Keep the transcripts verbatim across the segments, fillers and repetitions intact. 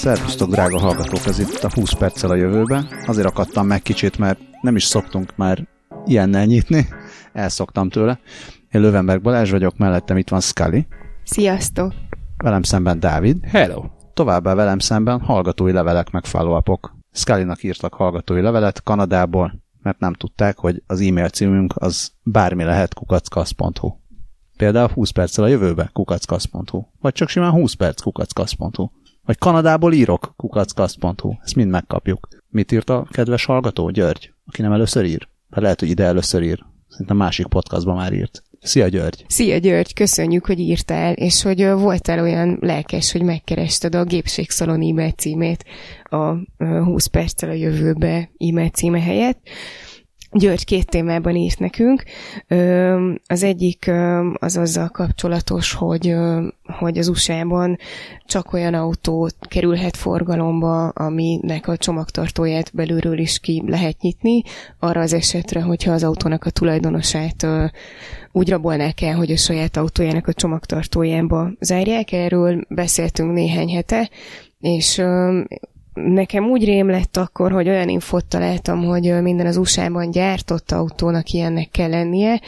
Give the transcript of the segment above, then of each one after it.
Szervusztok, drága hallgatók, ez itt a húsz perccel a jövőben. Azért akadtam meg kicsit, mert nem is szoktunk már ilyennel nyitni. Elszoktam tőle. Én Lövenberg Balázs vagyok, mellettem itt van Scully. Sziasztok! Velem szemben Dávid. Hello! Továbbá velem szemben hallgatói levelek meg follow-upok. Scullynak írtak hallgatói levelet Kanadából, mert nem tudták, hogy az e-mail címünk az bármi lehet kukackasz pont hu. Például húsz perccel a jövőbe kukackasz pont hu. Vagy csak simán húsz perc kukackasz pont hu. Vagy Kanadából írok kukackasz pont hu. Ezt mind megkapjuk. Mit írt a kedves hallgató? György, aki nem először ír. Mert lehet, hogy ide először ír. Szerintem másik podcastban már írt. Szia György! Szia György, köszönjük, hogy írtál, és hogy voltál olyan lelkes, hogy megkerested a Gépségszalon e-mail címét a húsz perccel a jövőbe e-mail címe helyett. György két témában írt nekünk. Az egyik az azzal kapcsolatos, hogy, hogy az u es á-ban csak olyan autó kerülhet forgalomba, aminek a csomagtartóját belülről is ki lehet nyitni, arra az esetre, hogyha az autónak a tulajdonosát úgy rabolnák el, hogy a saját autójának a csomagtartójába zárják. Erről beszéltünk néhány hete, és nekem úgy rém lett akkor, hogy olyan infót találtam, hogy minden az u es á-ban gyártott autónak ilyennek kell lennie,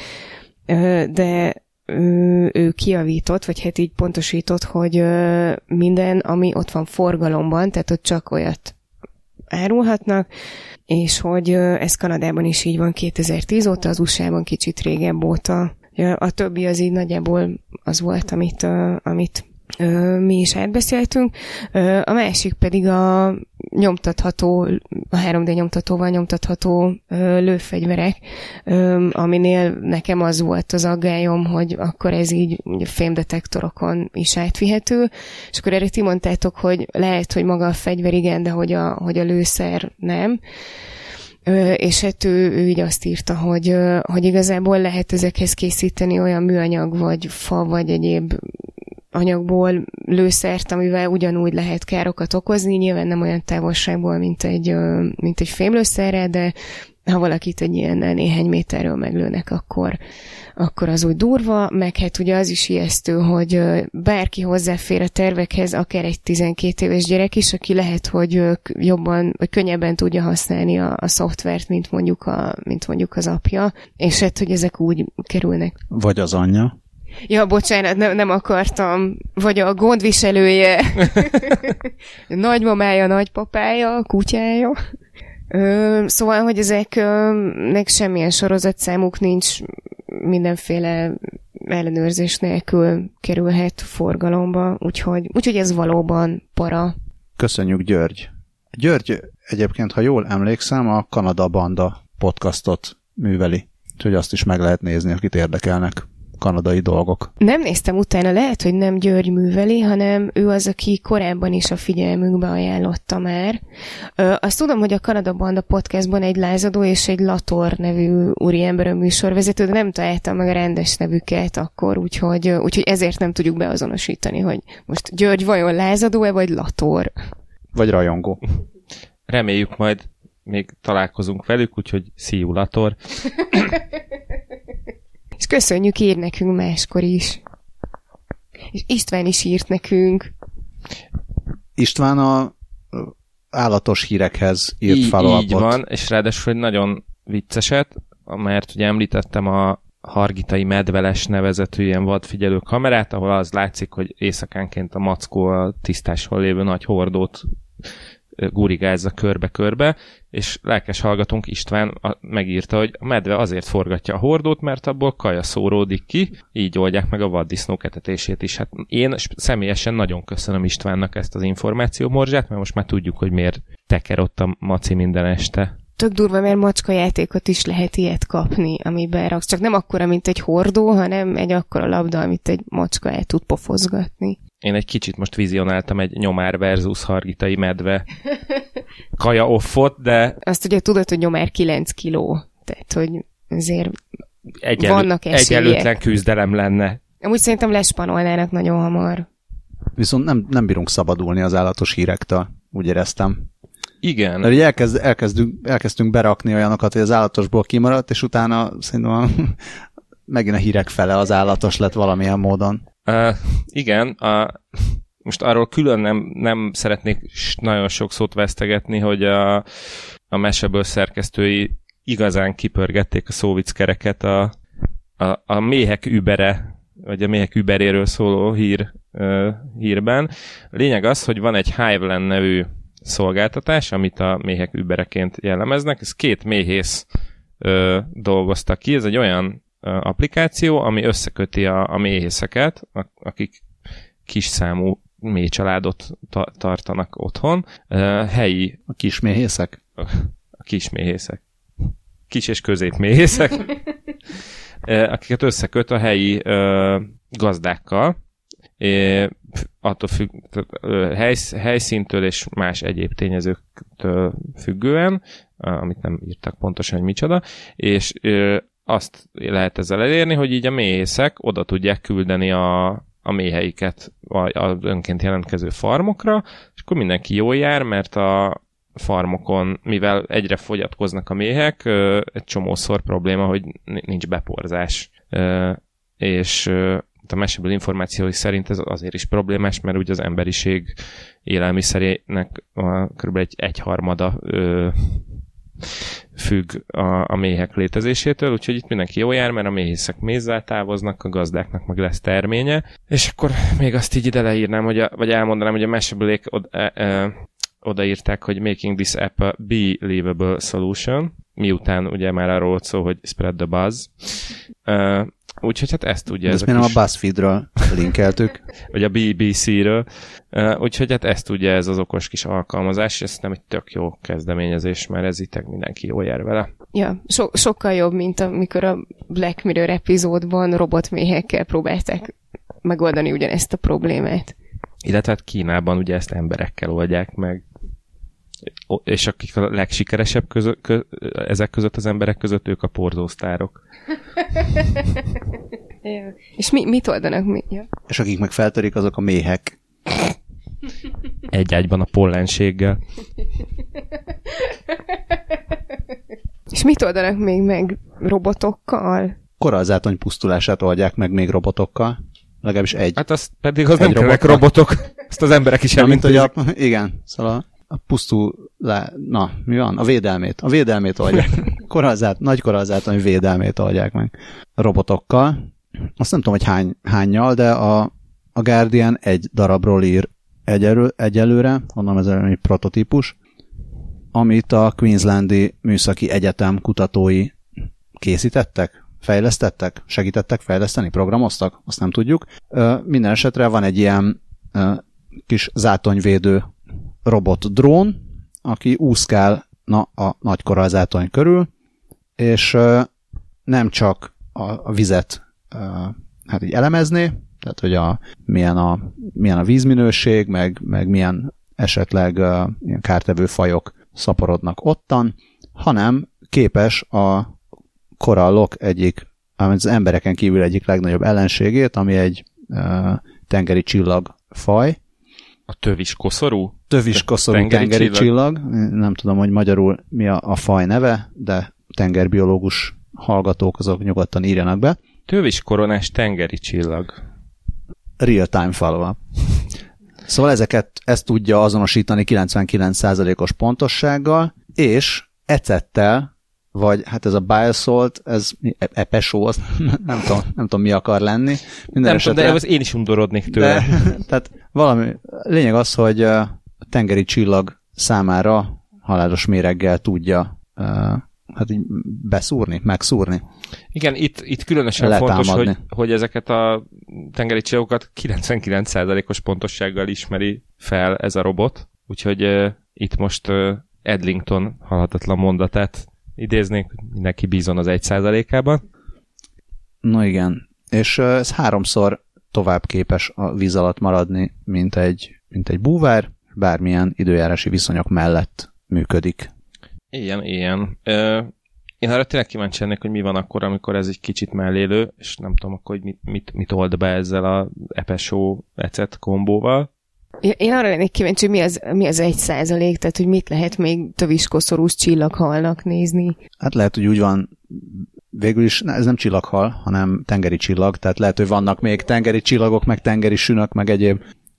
de ő kijavított, vagy hát így pontosított, hogy minden, ami ott van forgalomban, tehát ott csak olyat árulhatnak, és hogy ez Kanadában is így van kétezer-tíz óta, az u es á-ban kicsit régebb óta. A többi az így nagyjából az volt, amit, amit mi is átbeszéltünk. A másik pedig a nyomtatható, a három dé nyomtatóval nyomtatható lőfegyverek, aminél nekem az volt az aggályom, hogy akkor ez így ugye fémdetektorokon is átvihető, és akkor erre ti mondtátok, hogy lehet, hogy maga a fegyver igen, de hogy a, hogy a lőszer nem. És hát ő, ő így azt írta, hogy, hogy igazából lehet ezekhez készíteni olyan műanyag, vagy fa, vagy egyéb anyagból lőszert, amivel ugyanúgy lehet károkat okozni, nyilván nem olyan távolságból, mint egy, mint egy fémlőszerrel, de ha valakit egy ilyennel néhány méterről meglőnek, akkor, akkor az úgy durva, meg hát ugye az is ijesztő, hogy bárki hozzáfér a tervekhez, akár egy tizenkét éves gyerek is, aki lehet, hogy jobban, vagy könnyebben tudja használni a, a szoftvert, mint mondjuk, a, mint mondjuk az apja, és hát, hogy ezek úgy kerülnek. Vagy az anyja. Ja, bocsánat, nem, nem akartam. Vagy a gondviselője. Nagymamája, nagypapája, kutyája. Ö, szóval, hogy ezeknek semmilyen sorozatszámuk nincs, mindenféle ellenőrzés nélkül kerülhet forgalomba, úgyhogy, úgyhogy ez valóban para. Köszönjük, György. György egyébként, ha jól emlékszem, a Kanada Banda podcastot műveli, úgyhogy azt is meg lehet nézni, akit érdekelnek kanadai dolgok. Nem néztem utána, lehet, hogy nem György műveli, hanem ő az, aki korábban is a figyelmünkbe ajánlotta már. Ö, azt tudom, hogy a Kanada Banda podcastban egy lázadó és egy Lator nevű úriember a műsorvezető, de nem találtam meg a rendes nevüket akkor, úgyhogy, úgyhogy ezért nem tudjuk beazonosítani, hogy most György vajon lázadó-e, vagy Lator? Vagy rajongó. Reméljük majd még találkozunk velük, úgyhogy see you, Lator. És köszönjük, ír nekünk máskor is. És István is írt nekünk. István a állatos hírekhez írt Í- follow-upot. Így van, és ráadásul egy nagyon vicceset, mert ugye említettem a Hargitai Medveles nevezetű ilyen vadfigyelő kamerát, ahol az látszik, hogy éjszakánként a mackó a tisztáson lévő nagy hordót gurigázza körbe-körbe, és lelkes hallgatónk István megírta, hogy a medve azért forgatja a hordót, mert abból kaja szóródik ki, így oldják meg a vaddisznók etetését is. Hát én személyesen nagyon köszönöm Istvánnak ezt az információmorzsát, mert most már tudjuk, hogy miért teker ott a maci minden este. Tök durva, mert macskajátékot is lehet ilyet kapni, amiben raksz. Csak nem akkora, mint egy hordó, hanem egy akkora labda, amit egy macska el tud pofozgatni. Én egy kicsit most vizionáltam egy nyomár versus hargitai medve kaja offot, de... Azt ugye tudod, hogy nyomár kilenc kiló. Tehát, hogy azért Egyelő, vannak esélyek. Egyenlőtlen küzdelem lenne. Amúgy szerintem lespanolnának nagyon hamar. Viszont nem, nem bírunk szabadulni az állatos hírektől, úgy éreztem. Igen. Mert ugye elkezd, elkezdünk, elkezdtünk berakni olyanokat, hogy az állatosból kimaradt, és utána szerintem a, megint a hírek fele az állatos lett valamilyen módon. Uh, igen, a most arról külön nem, nem szeretnék nagyon sok szót vesztegetni, hogy a, a Mashable szerkesztői igazán kipörgették a szóvicckereket a, a, a méhek übere, vagy a méhek überéről szóló hír, uh, hírben. A lényeg az, hogy van egy Hiveland nevű szolgáltatás, amit a méhek übereként jellemeznek. Ez két méhész uh, dolgozta ki. Ez egy olyan uh, applikáció, ami összeköti a, a méhészeket, a, akik kis számú méhcsaládot ta- tartanak otthon. Uh, helyi... A kisméhészek? A kisméhészek. Kis és középméhészek. uh, akiket összeköt a helyi uh, gazdákkal. Uh, attól függ, uh, helysz, helyszíntől és más egyéb tényezőktől függően, uh, amit nem írtak pontosan, hogy micsoda, és uh, azt lehet ezzel elérni, hogy így a méhészek oda tudják küldeni a, a méheiket az önként jelentkező farmokra, és akkor mindenki jól jár, mert a farmokon, mivel egyre fogyatkoznak a méhek, egy csomószor probléma, hogy nincs beporzás. És a Mashable információi szerint ez azért is problémás, mert ugye az emberiség élelmiszerének kb. egy egyharmada függ a, a méhek létezésétől, úgyhogy itt mindenki jó jár, mert a méhészek mézzel távoznak, a gazdáknak meg lesz terménye. És akkor még azt így ide leírnám, hogy a, vagy elmondanám, hogy a Mashable-ék od, e, e, odaírták, hogy making this app a believable solution, miután ugye már arról volt szó, hogy spread the buzz. Uh, úgyhogy hát ezt tudja. Ezt mi nem kis... a BuzzFeedről linkeltük. Vagy a bé bé cé-ről. Uh, úgyhogy hát ezt tudja ez az okos kis alkalmazás, és ez nem egy tök jó kezdeményezés, mert ez itt mindenki jól jár vele. Ja, so- sokkal jobb, mint amikor a Black Mirror epizódban robotméhekkel próbálták megoldani ugyanezt a problémát. Illetve hát Kínában ugye ezt emberekkel oldják meg, és akik a legsikeresebb közö, kö, ezek között az emberek között, ők a porzósztárok. Ja. És mi, mit oldanak? Mi? Ja. És akik meg feltörik, azok a méhek. Egy ágyban a pollenséggel. És mit oldanak még meg robotokkal? Korallzátony pusztulását oldják meg még robotokkal. Legalábbis egy. Hát az pedig az nem kellnek robotok. Ezt az emberek is elintézik. A, igen, szóval a pusztul... Le, na, mi van? A védelmét. A védelmét oldják. Korallzát, nagy korallzátony védelmét oldják meg robotokkal. Azt nem tudom, hogy hány, hányjal, de a, a Guardian egy darabról ír egyelő, egyelőre, honnan ez egy prototípus, amit a Queenslandi Műszaki Egyetem kutatói készítettek, fejlesztettek, segítettek fejleszteni, programoztak, azt nem tudjuk. Minden esetre van egy ilyen kis zátonyvédő robot drón, aki úszkálna a nagy korallzátony körül, és nem csak a, a vizet hát így elemezné, tehát hogy a, milyen, a, milyen a vízminőség, meg, meg milyen esetleg uh, ilyen kártevő fajok szaporodnak ottan, hanem képes a korallok egyik, az embereken kívül egyik legnagyobb ellenségét, ami egy uh, tengeri csillagfaj. A tövis koszorú? Tövis koszorú tengeri, tengeri csillag. csillag. Nem tudom, hogy magyarul mi a, a faj neve, de tengerbiológus hallgatók azok nyugodtan írjanak be. Tövis koronás tengeri csillag. Real-time follow-up. Szóval ezeket, ezt tudja azonosítani kilencvenkilenc százalékos pontossággal, és ecettel, vagy hát ez a Biosalt, ez epesó, azt nem tudom, nem tudom, mi akar lenni. Minden nem tudom, de az én is undorodnék tőle. De, tehát valami, lényeg az, hogy a tengeri csillag számára halálos méreggel tudja hát így beszúrni, megszúrni. Igen, itt, itt különösen letámadni. Fontos, hogy, hogy ezeket a tengeri csillagokat kilencvenkilenc százalékos pontossággal ismeri fel ez a robot, úgyhogy uh, itt most uh, Edlington halhatatlan mondatát idéznék, mindenki bízon az egy százalékában. No igen, és uh, ez háromszor tovább képes a víz alatt maradni, mint egy, mint egy búvár, bármilyen időjárási viszonyok mellett működik. Ilyen, ilyen. Ö, én arra tényleg kíváncsi lennék, hogy mi van akkor, amikor ez egy kicsit mellélő, és nem tudom akkor, hogy mit, mit, mit old be ezzel a epesó ecet kombóval. Én arra lennék kíváncsi, hogy mi az, mi az egy százalék, tehát hogy mit lehet még töviskoszorús csillaghalnak nézni. Hát lehet, hogy úgy van, végül is ez nem csillaghal, hanem tengeri csillag, tehát lehet, hogy vannak még tengeri csillagok, meg tengeri sünök, meg egyéb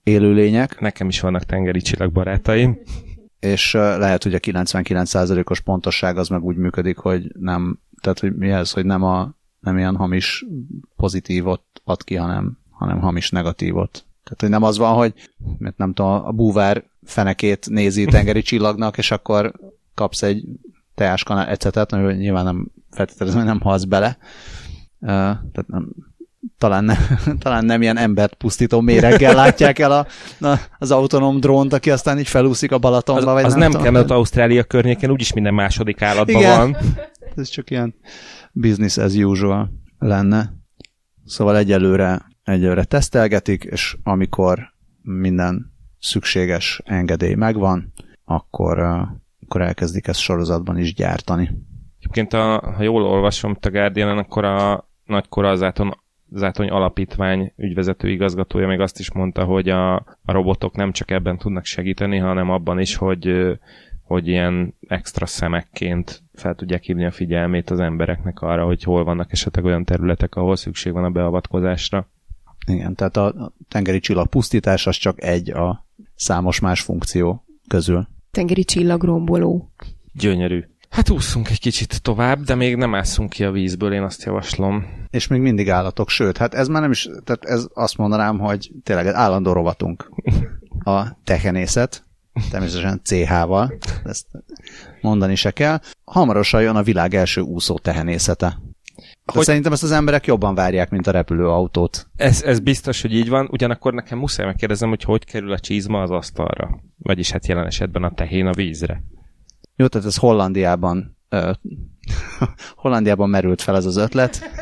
élőlények. Nekem is vannak tengeri csillagbarátaim. És lehet, hogy a kilencvenkilenc százalékos pontosság az meg úgy működik, hogy nem, tehát hogy mi ez, hogy nem, a, nem ilyen hamis pozitívot ad ki, hanem, hanem hamis negatívot. Tehát, hogy nem az van, hogy mert nem tudom, a búvár fenekét nézi tengeri csillagnak, és akkor kapsz egy teáskanál ecetet, mert nyilván nem feltételezem, nem halsz bele. Uh, tehát nem, talán, ne, talán nem ilyen embert pusztító méreggel látják el a, a, az autonóm drónt, aki aztán így felúszik a Balatonba. Az, vagy az nem, nem kell, mert Ausztrália környékén úgyis minden második állatban igen. van. Ez csak ilyen business as usual lenne. Szóval egyelőre, egyelőre tesztelgetik, és amikor minden szükséges engedély megvan, akkor, uh, akkor elkezdik ezt sorozatban is gyártani. Egyébként, a, ha jól olvasom a Guardianen, akkor a nagy korazáton Zátony Alapítvány ügyvezető igazgatója még azt is mondta, hogy a, a robotok nem csak ebben tudnak segíteni, hanem abban is, hogy, hogy ilyen extra szemekként fel tudják hívni a figyelmét az embereknek arra, hogy hol vannak esetleg olyan területek, ahol szükség van a beavatkozásra. Igen, tehát a tengeri csillag pusztítás az csak egy a számos más funkció közül. Tengeri csillagromboló. Gyönyörű. Hát ússzunk egy kicsit tovább, de még nem ásszunk ki a vízből, én azt javaslom. És még mindig állatok, sőt, hát ez már nem is, tehát ez azt mondanám, hogy tényleg állandó rovatunk. A tehenészet, természetesen cé há-val, ezt mondani se kell. Hamarosan jön a világ első úszó tehenészete. Hogy... Szerintem ezt az emberek jobban várják, mint a repülőautót. Ez, ez biztos, hogy így van, ugyanakkor nekem muszáj megkérdezem, hogy hogy kerül a csizma az asztalra. Vagyis hát jelen esetben a tehén a vízre. Jó, tehát ez Hollandiában uh, Hollandiában merült fel ez az ötlet,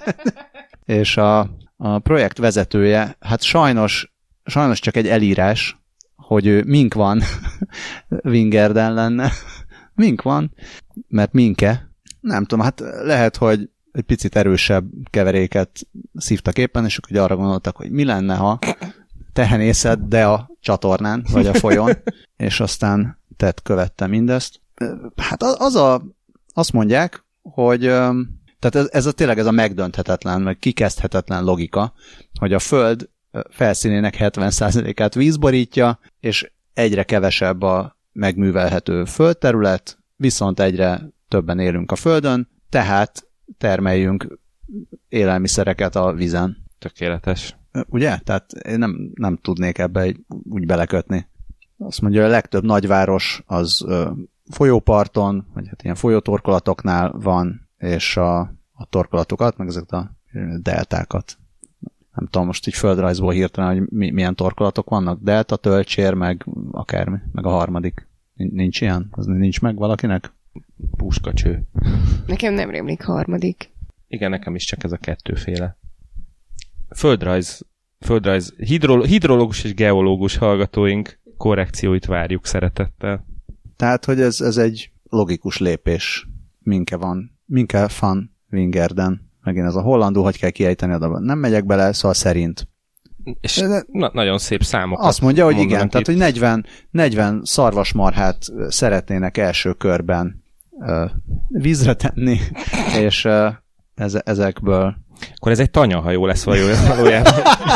és a, a projekt vezetője, hát sajnos, sajnos csak egy elírás, hogy ő mink van Wingerden lenne. Mink van, mert minke. Nem tudom, hát lehet, hogy egy picit erősebb keveréket szívtak éppen, és akkor arra gondoltak, hogy mi lenne, ha tehenészet, de a csatornán, vagy a folyón, és aztán tett követte mindezt. Hát az a, azt mondják, hogy tehát ez, ez a, tényleg ez a megdönthetetlen, meg kikezdhetetlen logika, hogy a Föld felszínének hetven százalékát víz borítja, és egyre kevesebb a megművelhető földterület, viszont egyre többen élünk a Földön, tehát termeljünk élelmiszereket a vízen. Tökéletes. Ugye? Tehát én nem, nem tudnék ebbe úgy belekötni. Azt mondja, hogy a legtöbb nagyváros az ö, folyóparton, vagy hát ilyen folyótorkolatoknál van, és a, a torkolatokat, meg ezeket a deltákat. Nem tudom, most így földrajzból hirtelen, hogy mi, milyen torkolatok vannak. Delta, tölcsér, meg akármi, meg a harmadik. Nincs ilyen? Az nincs meg valakinek? Puskacső. Nekem nem rémlik harmadik. Igen, nekem is csak ez a kettőféle. Földrajz, földrajz, hidrol, hidrológus és geológus hallgatóink korrekcióit várjuk szeretettel. Tehát, hogy ez, ez egy logikus lépés. Minke van. Minke van Wingerden. Megint ez a hollandul, hogy kell kiejteni oda. Nem megyek bele, szóval szerint. És de, na, nagyon szép számok. Azt mondja, hogy igen, tehát, hogy negyven, negyven szarvasmarhát szeretnének első körben uh, vízre tenni, és uh, eze, ezekből... Akkor ez egy tanyahajó lesz valójában.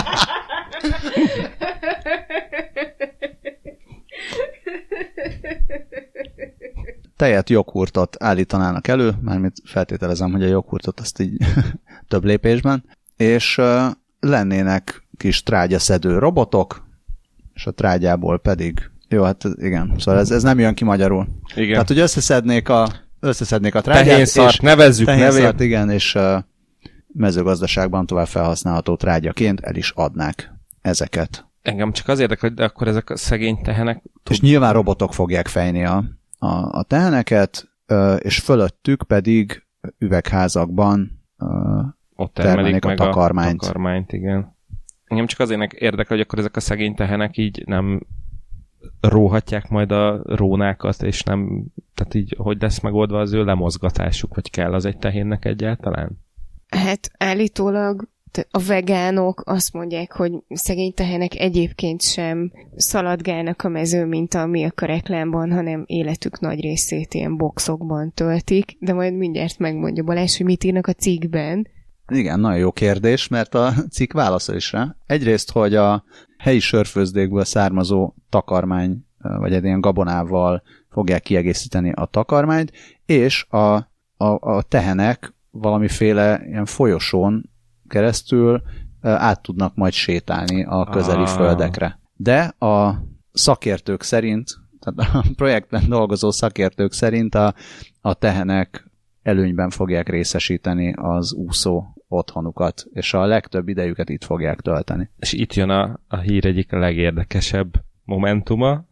Tejet, joghurtot állítanának elő, mármint feltételezem, hogy a joghurtot azt így több lépésben, és uh, lennének kis trágyaszedő robotok, és a trágyából pedig, jó, hát igen, szóval ez, ez nem jön ki magyarul. Igen. Tehát, hogy összeszednék a, összeszednék a trágyát, tehénszart, és nevezzük tehénszart, nevén. igen, és uh, mezőgazdaságban tovább felhasználható trágyaként el is adnák ezeket. Engem csak az érdekel, hogy akkor ezek a szegény tehenek... Tud... És nyilván robotok fogják fejni a, a, a teheneket, uh, és fölöttük pedig üvegházakban uh, ott termelik meg a takarmányt. a takarmányt, igen. Engem csak azért érdekel, hogy akkor ezek a szegény tehenek így nem róhatják majd a rónákat, és nem, tehát így hogy lesz megoldva az ő lemozgatásuk, vagy kell az egy tehénnek egyáltalán? Hát állítólag a vegánok azt mondják, hogy szegény tehenek egyébként sem szaladgálnak a mezőn, mint ami a reklámban, hanem életük nagy részét ilyen boxokban töltik, de majd mindjárt megmondja Balázs, hogy mit írnak a cikkben. Igen, nagyon jó kérdés, mert a cikk válaszol is rá. Egyrészt, hogy a helyi sörfőzdékből származó takarmány, vagy egy ilyen gabonával fogják kiegészíteni a takarmányt, és a, a, a tehenek valamiféle ilyen folyosón keresztül át tudnak majd sétálni a közeli ah. földekre. De a szakértők szerint, tehát a projektben dolgozó szakértők szerint a, a tehenek előnyben fogják részesíteni az úszó otthonukat, és a legtöbb idejüket itt fogják tölteni. És itt jön a, a hír egyik a legérdekesebb momentuma,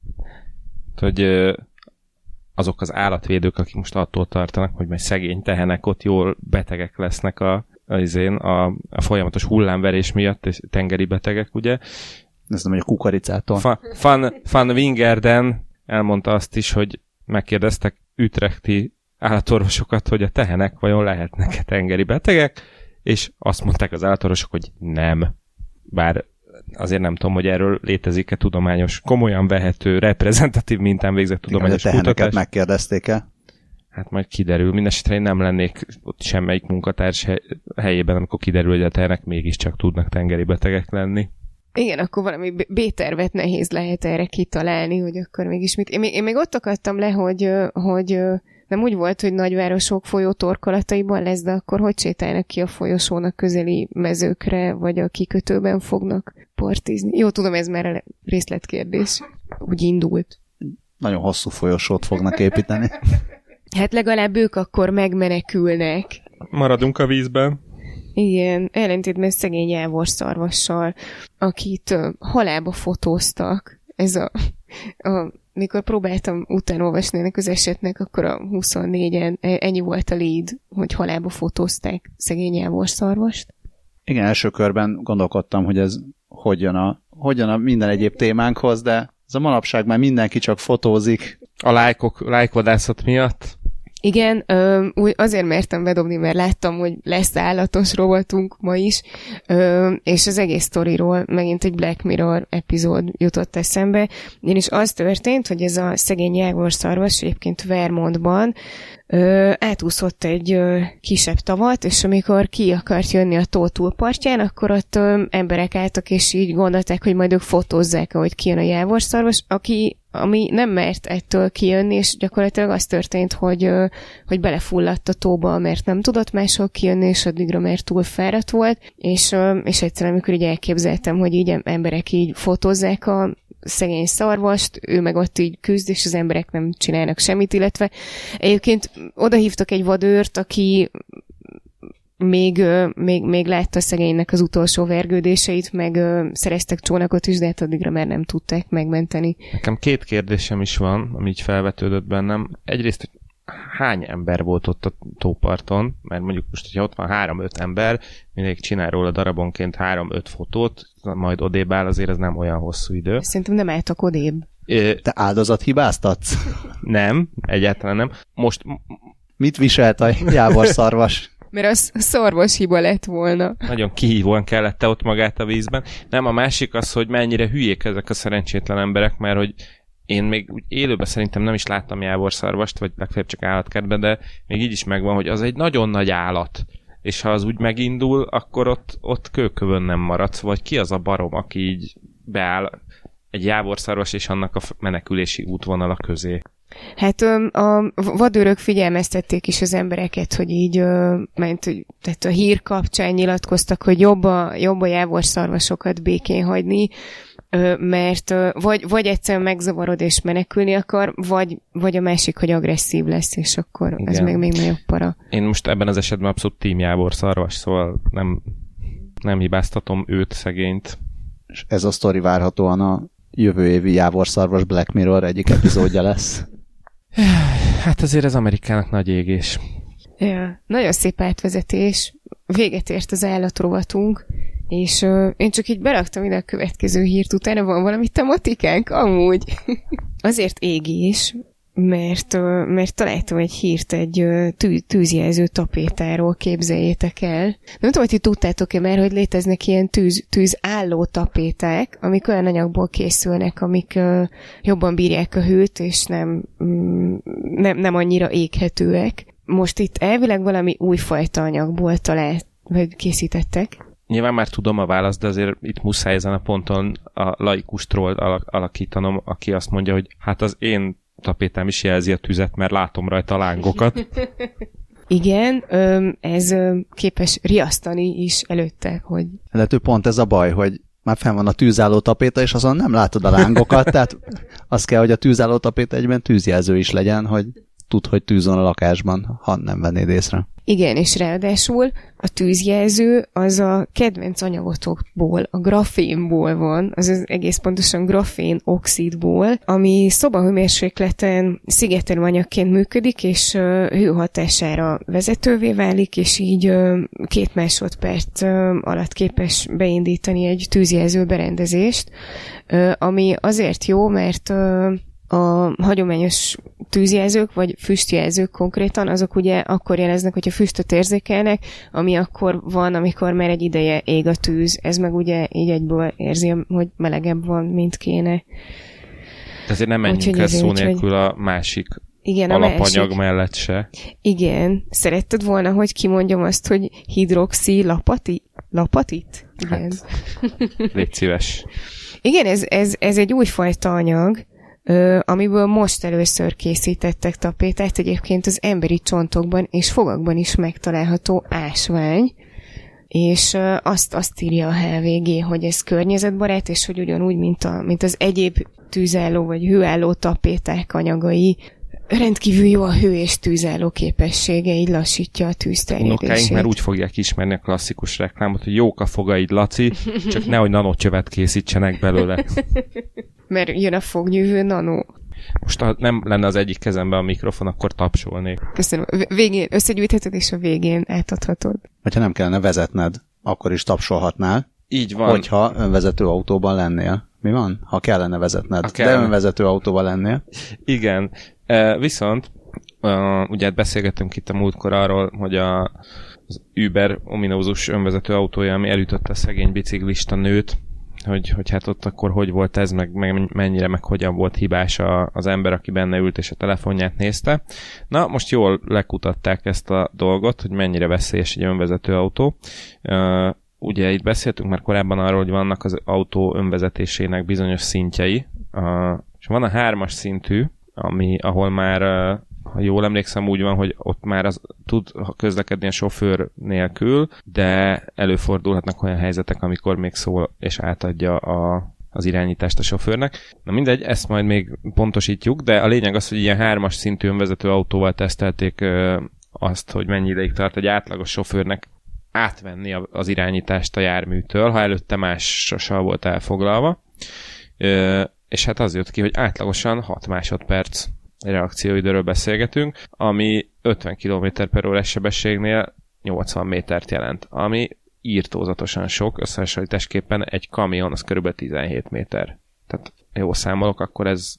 hogy azok az állatvédők, akik most attól tartanak, hogy majd szegény tehenek ott jól betegek lesznek a, a, a, a folyamatos hullámverés miatt, és tengeri betegek, ugye? Ez nem, hogy a kukoricától. Van, Van, Van Wingerden elmondta azt is, hogy megkérdeztek ütrechti állatorvosokat, hogy a tehenek vajon lehetnek tengeri betegek, és azt mondták az állatorvosok, hogy nem. Bár azért nem tudom, hogy erről létezik-e tudományos, komolyan vehető, reprezentatív mintán végzett tudományos kutatás. A teheneket kutatás. megkérdezték el? Hát majd kiderül. Mindenesetre én nem lennék ott semmelyik munkatárs helyében, amikor kiderül, hogy a tehenek mégiscsak tudnak tengeri betegek lenni. Igen, akkor valami B-tervet nehéz lehet erre kitalálni, hogy akkor mégis mit... Én még, én még ott akadtam le, hogy, hogy nem úgy volt, hogy nagyvárosok folyó torkolataiban lesz, de akkor hogy sétálnak ki a folyosón a közeli mezőkre, vagy a kikötőben fognak partizni? Jó, tudom, ez már a részletkérdés. Úgy indult. Nagyon hosszú folyosót fognak építeni. Hát legalább ők akkor megmenekülnek. Maradunk a vízben. Igen, ellentétben szegény jávorszarvassal, akit uh, halálba fotóztak. Ez a, a... Mikor próbáltam utána olvasni ennek az esetnek, akkor a huszonnégyen ennyi volt a lead, hogy halálba fotózták szegény jávorszarvast. Igen, első körben gondolkodtam, hogy ez hogy jön a, hogy jön a minden egyéb témánkhoz, de ez a manapság már mindenki csak fotózik. A lájkok, lájkvadászat miatt. Igen, ö, úgy azért mertem bedobni, mert láttam, hogy lesz állatos rovatunk ma is, ö, és az egész sztoriról megint egy Black Mirror epizód jutott eszembe, ugyanis az történt, hogy ez a szegény jávorszarvas egyébként Vermontban ö, átúszott egy ö, kisebb tavat, és amikor ki akart jönni a tó túlpartján, akkor ott ö, emberek álltak, és így gondolták, hogy majd ők fotózzák, ahogy kijön a jávorszarvas, aki ami nem mert ettől kijönni, és gyakorlatilag az történt, hogy, hogy belefulladt a tóba, mert nem tudott máshol kijönni, és addigra mert túl fáradt volt, és, és egyszerűen, amikor így elképzeltem, hogy így emberek így fotózzák a szegény szarvast, ő meg ott így küzd, és az emberek nem csinálnak semmit, illetve egyébként odahívtak egy vadőrt, aki Még, még, még látta szegénynek az utolsó vergődéseit, meg ö, szereztek csónakot is, de hát addigra már nem tudták megmenteni. Nekem két kérdésem is van, ami így felvetődött bennem. Egyrészt, hogy hány ember volt ott a tóparton, mert mondjuk most, hogyha ott van három-öt ember, mindig csinál róla darabonként három-öt fotót, majd odébb áll, azért ez nem olyan hosszú idő. Szerintem nem álltak odébb. É, Te áldozat hibáztatsz? Nem, egyáltalán nem. Most... Mit viselt a jávorszarvas? Mert az szarvas hiba lett volna. Nagyon kihívóan kellett ott magát a vízben. Nem, a másik az, hogy mennyire hülyék ezek a szerencsétlen emberek, mert hogy én még úgy élőben szerintem nem is láttam jávorszarvast, vagy legfeljebb csak állatkertben, de még így is megvan, hogy az egy nagyon nagy állat. És ha az úgy megindul, akkor ott, ott kőkövön nem maradsz, vagy ki az a barom, aki így beáll egy jávorszarvas és annak a menekülési útvonala közé. Hát a vadőrök figyelmeztették is az embereket, hogy így, mert, tehát a hír kapcsán nyilatkoztak, hogy jobb a, jobb a jávorszarvasokat békén hagyni, mert vagy, vagy egyszerűen megzavarod és menekülni akar, vagy, vagy a másik, hogy agresszív lesz, és akkor igen. Ez még, még nagyobb para. Én most ebben az esetben abszolút tím jávorszarvas, szóval nem, nem hibáztatom őt, szegényt. És ez a sztori várhatóan a jövő évi jávorszarvas Black Mirror egyik epizódja lesz. Hát azért az Amerikának nagy égés. Ja, nagyon szép átvezetés. Véget ért az állatrovatunk, és uh, én csak így beraktam ide a következő hírt, utána van valami tematikánk, amúgy. Azért égés, mert, uh, mert találtam egy hírt egy uh, tű, tűzjelző tapétáról, képzeljétek el. Nem tudom, hogy ti tudtátok-e már, hogy léteznek ilyen tűz, tűzálló tapéták, amik olyan anyagból készülnek, amik uh, jobban bírják a hőt, és nem, mm, nem, nem annyira éghetőek. Most itt elvileg valami újfajta anyagból talált, vagy készítettek. Nyilván már tudom a választ, de azért itt muszáj ezen a ponton a laikus trollt alakítanom, aki azt mondja, hogy hát az én tapétám is jelzi a tüzet, mert látom rajta a lángokat. Igen, ez képes riasztani is előtte, hogy... De pont ez a baj, hogy már fenn van a tűzálló tapéta, és azon nem látod a lángokat, tehát az kell, hogy a tűzálló tapéta egyben tűzjelző is legyen, hogy tud, hogy tűz van a lakásban, ha nem vennéd észre. Igen, és ráadásul a tűzjelző az a kedvenc anyagotokból, a grafénból van, azaz egész pontosan grafén oxidból, ami szobahőmérsékleten szigetelő anyagként működik, és uh, hőhatására vezetővé válik, és így uh, két másodperc uh, alatt képes beindítani egy tűzjelző berendezést, uh, ami azért jó, mert uh, a hagyományos tűzjelzők, vagy füstjelzők konkrétan, azok ugye akkor jeleznek, hogyha füstöt érzékelnek, ami akkor van, amikor már egy ideje ég a tűz. Ez meg ugye így egyből érzi, hogy melegebb van, mint kéne. Ezért nem menjünk el szó nélkül a másik igen, alapanyag a másik. Mellett se. Igen. Szeretted volna, hogy kimondjam azt, hogy hidroxi lapati? lapatit? Igen. Hát, légy szíves. Igen, ez, ez, ez egy újfajta anyag, Ö, amiből most először készítettek tapétát, egyébként az emberi csontokban és fogakban is megtalálható ásvány, és ö, azt, azt írja a há vé gé, hogy ez környezetbarát, és hogy ugyanúgy, mint, a, mint az egyéb tűzálló vagy hőálló tapéták anyagai, rendkívül jó a hő és tűzálló képessége, így lassítja a tűzterjedését. Unokáink már úgy fogják ismerni a klasszikus reklámot, hogy jók a fogaid, Laci, csak nehogy nanocsövet készítsenek belőle. Mert jön a fognyűvő nano. Most ha nem lenne az egyik kezemben a mikrofon, akkor tapsolnék. Köszönöm. Végén összegyűjtheted, és a végén átadhatod. Hogyha nem kellene vezetned, akkor is tapsolhatnál. Így van. Hogyha önvezető autóban lennél. Mi van? Ha kellene vezetned, kellene. De önvezető autóban lennél. Igen. E, viszont uh, ugye beszélgettünk itt a múltkor arról, hogy a, az Uber ominózus önvezető autója, ami elütötte a szegény biciklista nőt, hogy, hogy hát ott akkor hogy volt ez, meg, meg mennyire, meg hogyan volt hibás a, az ember, aki benne ült és a telefonját nézte. Na, most jól lekutatták ezt a dolgot, hogy mennyire veszélyes egy önvezető autó. Uh, ugye itt beszéltünk már korábban arról, hogy vannak az autó önvezetésének bizonyos szintjei, uh, és van a hármas szintű, ami, ahol már, uh, ha jól emlékszem, úgy van, hogy ott már az, tud közlekedni a sofőr nélkül, de előfordulhatnak olyan helyzetek, amikor még szól és átadja a, az irányítást a sofőrnek. Na mindegy, ezt majd még pontosítjuk, de a lényeg az, hogy ilyen hármas szintű önvezető autóval tesztelték uh, azt, hogy mennyi ideig tart egy átlagos sofőrnek átvenni az irányítást a járműtől, ha előtte mással volt elfoglalva. Uh, és hát az jött ki, hogy átlagosan hat másodperc reakcióidőről beszélgetünk, ami ötven kilométer per órás sebességnél nyolcvan métert jelent, ami írtózatosan sok, összehasonlításképpen egy kamion az körülbelül tizenhét méter. Tehát jó számolok, akkor ez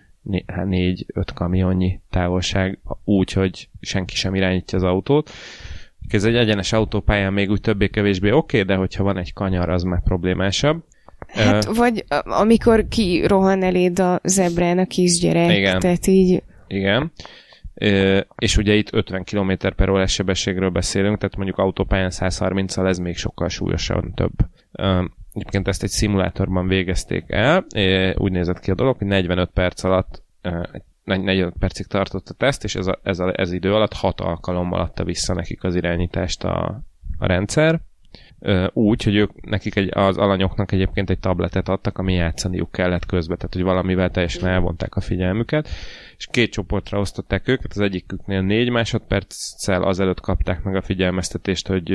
négy-öt kamionnyi távolság, úgy, hogy senki sem irányítja az autót. Ez egy egyenes autópályán még úgy többé-kevésbé oké, okay, de hogyha van egy kanyar, az már problémásabb. Hát, uh, vagy amikor kirohan eléd a zebrán a kisgyerek, igen. Tehát így... Igen. Uh, és ugye itt ötven kilométer per órás sebességről beszélünk, tehát mondjuk autópályán száz harminccal ez még sokkal súlyosan több. Uh, egyébként ezt egy szimulátorban végezték el, uh, úgy nézett ki a dolog, hogy negyvenöt perc alatt, uh, negyvenöt percig tartott a teszt, és ez, a, ez, a, ez idő alatt hat alkalommal adta vissza nekik az irányítást a, a rendszer. Úgy, hogy ők nekik egy, az alanyoknak egyébként egy tabletet adtak, ami játszaniuk kellett közben, tehát hogy valamivel teljesen elvonták a figyelmüket, és két csoportra osztották őket, az egyiküknél négy másodperccel azelőtt kapták meg a figyelmeztetést, hogy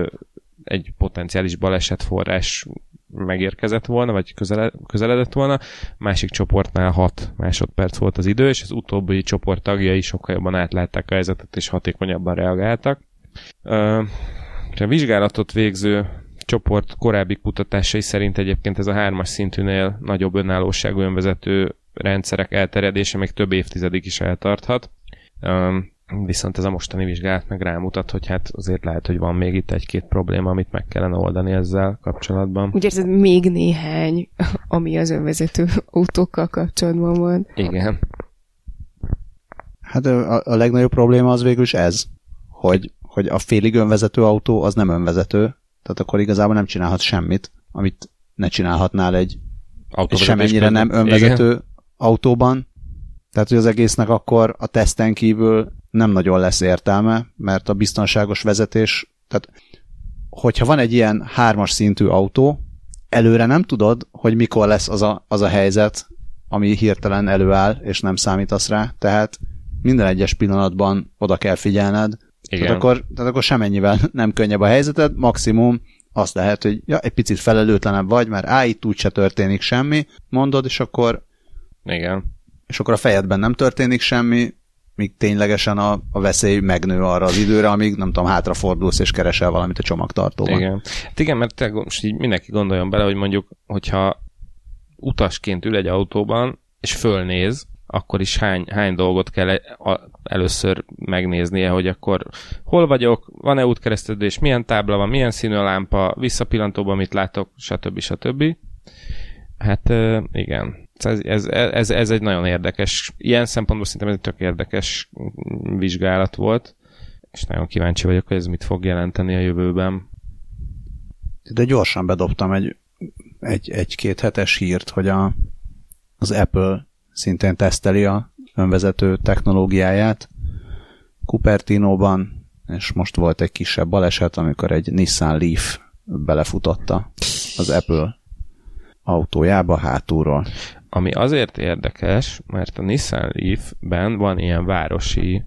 egy potenciális balesetforrás megérkezett volna, vagy közele, közeledett volna, másik csoportnál hat másodperc volt az idő, és az utóbbi csoport tagjai sokkal jobban átlátták a helyzetet, és hatékonyabban reagáltak. A vizsgálatot végző csoport korábbi kutatásai szerint egyébként ez a hármas szintűnél nagyobb önállóságú önvezető rendszerek elterjedése még több évtizedig is eltarthat. Viszont ez a mostani vizsgálat meg rámutat, hogy hát azért lehet, hogy van még itt egy-két probléma, amit meg kellene oldani ezzel kapcsolatban. Úgy érzed, még néhány, ami az önvezető autókkal kapcsolatban van. Igen. Hát a, a legnagyobb probléma az végül is ez, hogy hogy a félig önvezető autó az nem önvezető, tehát akkor igazából nem csinálhat semmit, amit ne csinálhatnál egy, egy semennyire nem önvezető igen. autóban. Tehát, hogy az egésznek akkor a teszten kívül nem nagyon lesz értelme, mert a biztonságos vezetés, tehát hogyha van egy ilyen hármas szintű autó, előre nem tudod, hogy mikor lesz az a, az a helyzet, ami hirtelen előáll, és nem számítasz rá, tehát minden egyes pillanatban oda kell figyelned, tehát akkor, tehát akkor semennyivel nem könnyebb a helyzeted, maximum azt lehet, hogy ja, egy picit felelőtlenebb vagy, mert á, itt úgyse történik semmi, mondod, és akkor igen. És akkor a fejedben nem történik semmi, míg ténylegesen a, a veszély megnő arra az időre, amíg nem tudom, hátrafordulsz és keresel valamit a csomagtartóban. Igen. Hát igen, mert te, most így mindenki gondoljon bele, hogy mondjuk, hogyha utasként ül egy autóban, és fölnéz, akkor is hány, hány dolgot kell a, először megnéznie, hogy akkor hol vagyok, van-e útkereszteződés, milyen tábla van, milyen színű a lámpa, visszapillantóban mit látok, stb. stb. Hát igen. Ez, ez, ez, ez egy nagyon érdekes, ilyen szempontból szerintem ez egy tök érdekes vizsgálat volt, és nagyon kíváncsi vagyok, hogy ez mit fog jelenteni a jövőben. De gyorsan bedobtam egy, egy, egy-két hetes hírt, hogy a, az Apple szintén teszteli a önvezető technológiáját Cupertinóban, és most volt egy kisebb baleset, amikor egy Nissan Leaf belefutotta az Apple autójába hátulról. Ami azért érdekes, mert a Nissan Leaf-ben van ilyen városi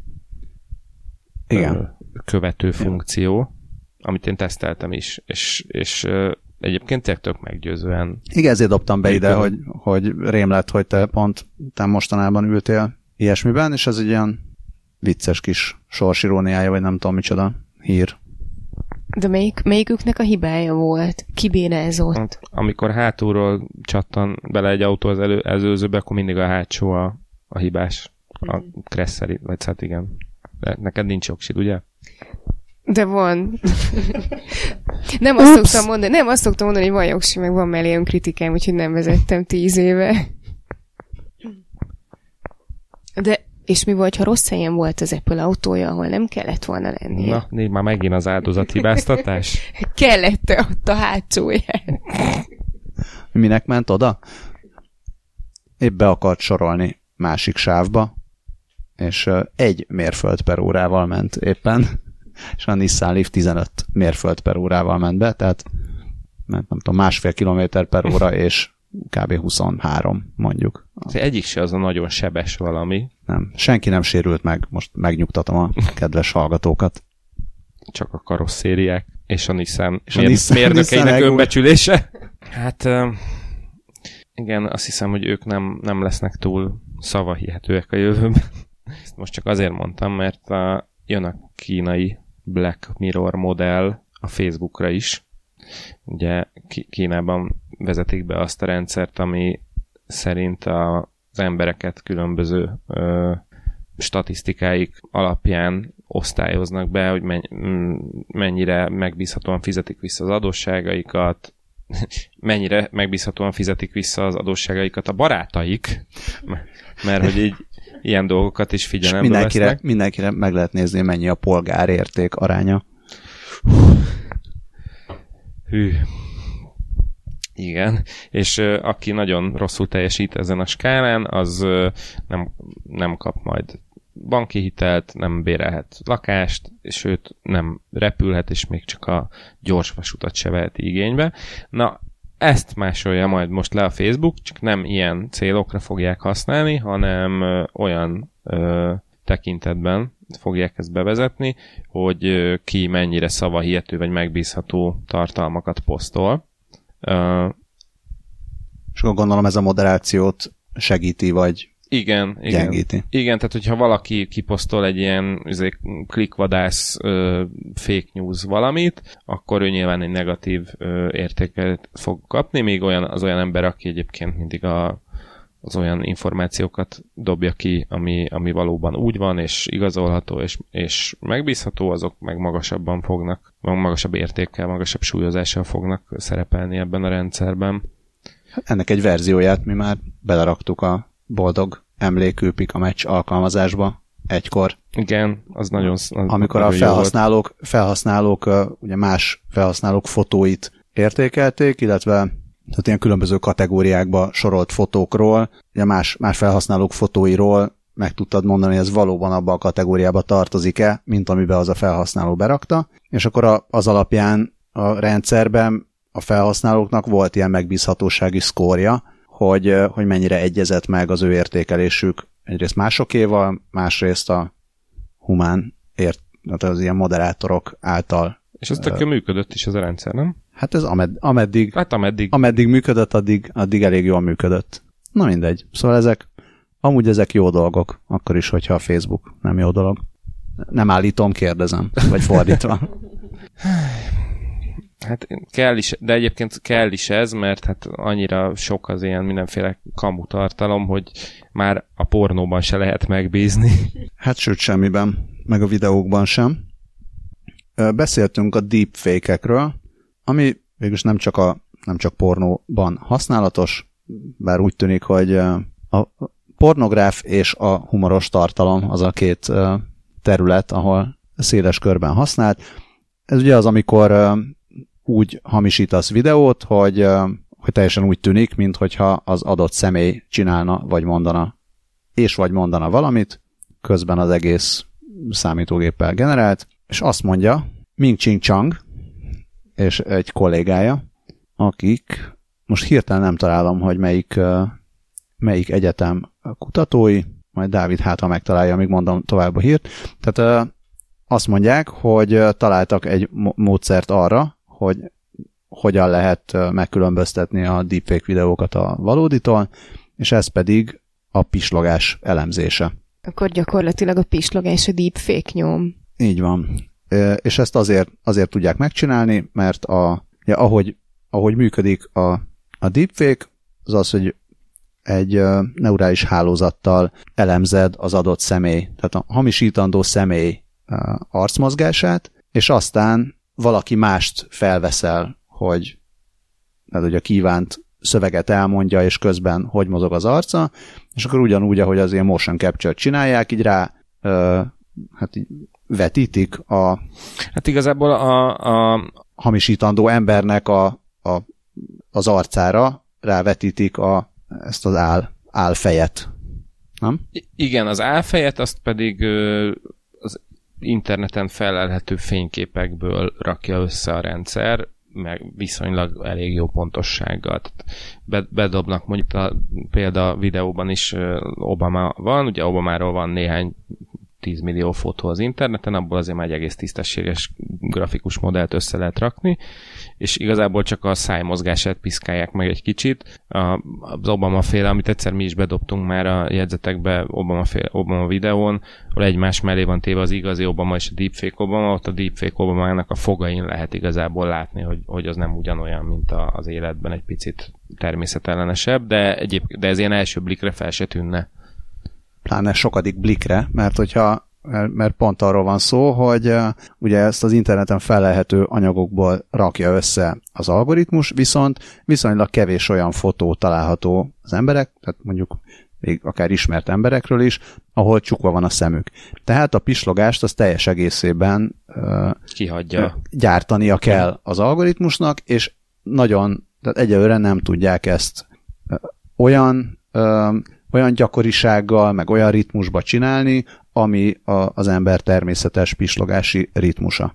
igen. követő funkció, amit én teszteltem is, és, és egyébként tök meggyőzően. Igen, ezért dobtam be ide, hogy, hogy rém lett, hogy te pont te mostanában ültél ilyesmiben, és ez egy ilyen vicces kis sorsiróniája, vagy nem tudom micsoda hír. De melyik, melyiküknek a hibája volt? Kibénázott? Hát, amikor hátulról csattan bele egy autó az elő, előzőbe, akkor mindig a hátsó a, a hibás. A Cresseri, vagy hát igen. De neked nincs jogsid, ugye? De van. nem azt Ups. szoktam mondani, nem azt szoktam mondani, hogy van jogsi, meg van mellé önkritikám, úgyhogy nem vezettem tíz éve. De és mi volt, ha rossz helyen volt az Apple autója, ahol nem kellett volna lennie? Na, négy már megint az áldozathibáztatás. kellett ott a hátsóján. Minek ment oda? Épp be akart sorolni másik sávba, és egy mérföld per órával ment éppen, és a Nissan Leaf tizenöt mérföld per órával ment be, tehát nem tudom, másfél kilométer per óra, és kb. huszonhárom, mondjuk. Az egyik se az a nagyon sebes valami. Nem, senki nem sérült meg, most megnyugtatom a kedves hallgatókat. Csak a karosszériák, és a Nissan, és a Nissan mérnökeinek önbecsülése. Hát igen, azt hiszem, hogy ők nem, nem lesznek túl szavahihetőek a jövőben. Ezt most csak azért mondtam, mert a, jön a kínai Black Mirror modell a Facebookra is. Ugye Kínában vezetik be azt a rendszert, ami szerint a, az embereket különböző ö, statisztikáik alapján osztályoznak be, hogy mennyire megbízhatóan fizetik vissza az adósságaikat, mennyire megbízhatóan fizetik vissza az adósságaikat a barátaik, mert hogy így ilyen dolgokat is figyelembe mindenkire, vesznek. Mindenkire meg lehet nézni, mennyi a polgárérték aránya. Hű. Igen, és uh, aki nagyon rosszul teljesít ezen a skálán, az uh, nem, nem kap majd banki hitelt, nem bérelhet lakást, és sőt nem repülhet, és még csak a gyorsvasutat se veheti igénybe. Na, ezt másolja majd most le a Facebook, csak nem ilyen célokra fogják használni, hanem uh, olyan uh, tekintetben fogják ezt bevezetni, hogy uh, ki mennyire szavahihető vagy megbízható tartalmakat posztol. Uh, és akkor gondolom ez a moderációt segíti, vagy igen, gyengíti. Igen, igen, tehát hogyha valaki kiposztol egy ilyen izé, klikvadász uh, fake news valamit, akkor ő nyilván egy negatív uh, értéket fog kapni, még olyan, az olyan ember, aki egyébként mindig a, az olyan információkat dobja ki, ami, ami valóban úgy van, és igazolható, és, és megbízható, azok meg magasabban fognak, magasabb értékkel, magasabb súlyozással fognak szerepelni ebben a rendszerben. Ennek egy verzióját mi már beleraktuk a boldog emlékű Pika Meccs alkalmazásba egykor. Igen, az nagyon... Az amikor nagyon a felhasználók, felhasználók, ugye más felhasználók fotóit értékelték, illetve tehát ilyen különböző kategóriákba sorolt fotókról, ugye más, más felhasználók fotóiról meg tudtad mondani, hogy ez valóban abba a kategóriába tartozik-e, mint amiben az a felhasználó berakta, és akkor a, az alapján a rendszerben a felhasználóknak volt ilyen megbízhatósági szkórja, hogy, hogy mennyire egyezett meg az ő értékelésük egyrészt másokéval, másrészt a humán ért, tehát az ilyen moderátorok által. És ez tök működött is ez a rendszer, nem? Hát ez amed, ameddig, hát ameddig. ameddig működött, addig, addig elég jól működött. Na mindegy. Szóval ezek, amúgy ezek jó dolgok, akkor is, hogyha a Facebook nem jó dolog. Nem állítom, kérdezem, vagy fordítva. Hát kell is, de egyébként kell is ez, mert hát annyira sok az ilyen mindenféle kamu tartalom, hogy már a pornóban se lehet megbízni. Hát sőt semmiben, meg a videókban sem. Beszéltünk a deepfake-ekről, ami végülis nem csak, a, nem csak pornóban használatos, bár úgy tűnik, hogy a pornográf és a humoros tartalom az a két terület, ahol széles körben használt. Ez ugye az, amikor úgy hamisítasz videót, hogy, hogy teljesen úgy tűnik, minthogyha az adott személy csinálna, vagy mondana, és vagy mondana valamit, közben az egész számítógéppel generált, és azt mondja Ming-Ching Chang és egy kollégája, akik, most hirtelen nem találom, hogy melyik, melyik egyetem kutatói, majd Dávid hátra megtalálja, amíg mondom tovább a hírt. Tehát azt mondják, hogy találtak egy módszert arra, hogy hogyan lehet megkülönböztetni a deepfake videókat a valóditól, és ez pedig a pislogás elemzése. Akkor gyakorlatilag a pislogás a deepfake nyom. Így van. És ezt azért, azért tudják megcsinálni, mert a, ja, ahogy, ahogy működik a, a deepfake, az az, hogy egy neurális hálózattal elemzed az adott személy, tehát a hamisítandó személy arcmozgását, és aztán valaki mást felveszel, hogy, tehát, hogy a kívánt szöveget elmondja, és közben hogy mozog az arca, és akkor ugyanúgy, ahogy az ilyen motion capture-t csinálják, így rá ö, hát így vetítik a hát igazából a, a hamisítandó embernek a, a, az arcára rávetítik a, ezt az áll, álfejet. Nem? Igen, az álfejet, azt pedig ö, az interneten felelhető fényképekből rakja össze a rendszer, meg viszonylag elég jó pontossággal. Bedobnak mondjuk a, például a videóban is Obama van, ugye Obamáról van néhány tízmillió fotó az interneten, abból azért már egy egész tisztességes grafikus modellt össze lehet rakni, és igazából csak a szájmozgását piszkálják meg egy kicsit. A, az Obama féle, amit egyszer mi is bedobtunk már a jegyzetekbe Obama, féle, Obama videón, ahol egymás mellé van téve az igazi Obama és a deepfake Obama, ott a deepfake Obamának a fogain lehet igazából látni, hogy, hogy az nem ugyanolyan, mint a, az életben, egy picit természetellenesebb, de, egyéb, de ez ilyen első blikre fel se tűnne. Pláne sokadik blikre, mert hogyha mert pont arról van szó, hogy uh, ugye ezt az interneten felelhető anyagokból rakja össze az algoritmus, viszont viszonylag kevés olyan fotó található az emberek, tehát mondjuk még akár ismert emberekről is, ahol csukva van a szemük. Tehát a pislogást az teljes egészében uh, kihagyja. Gyártania kell az algoritmusnak, és nagyon, tehát egyelőre nem tudják ezt uh, olyan uh, olyan gyakorisággal, meg olyan ritmusba csinálni, ami a, az ember természetes pislogási ritmusa.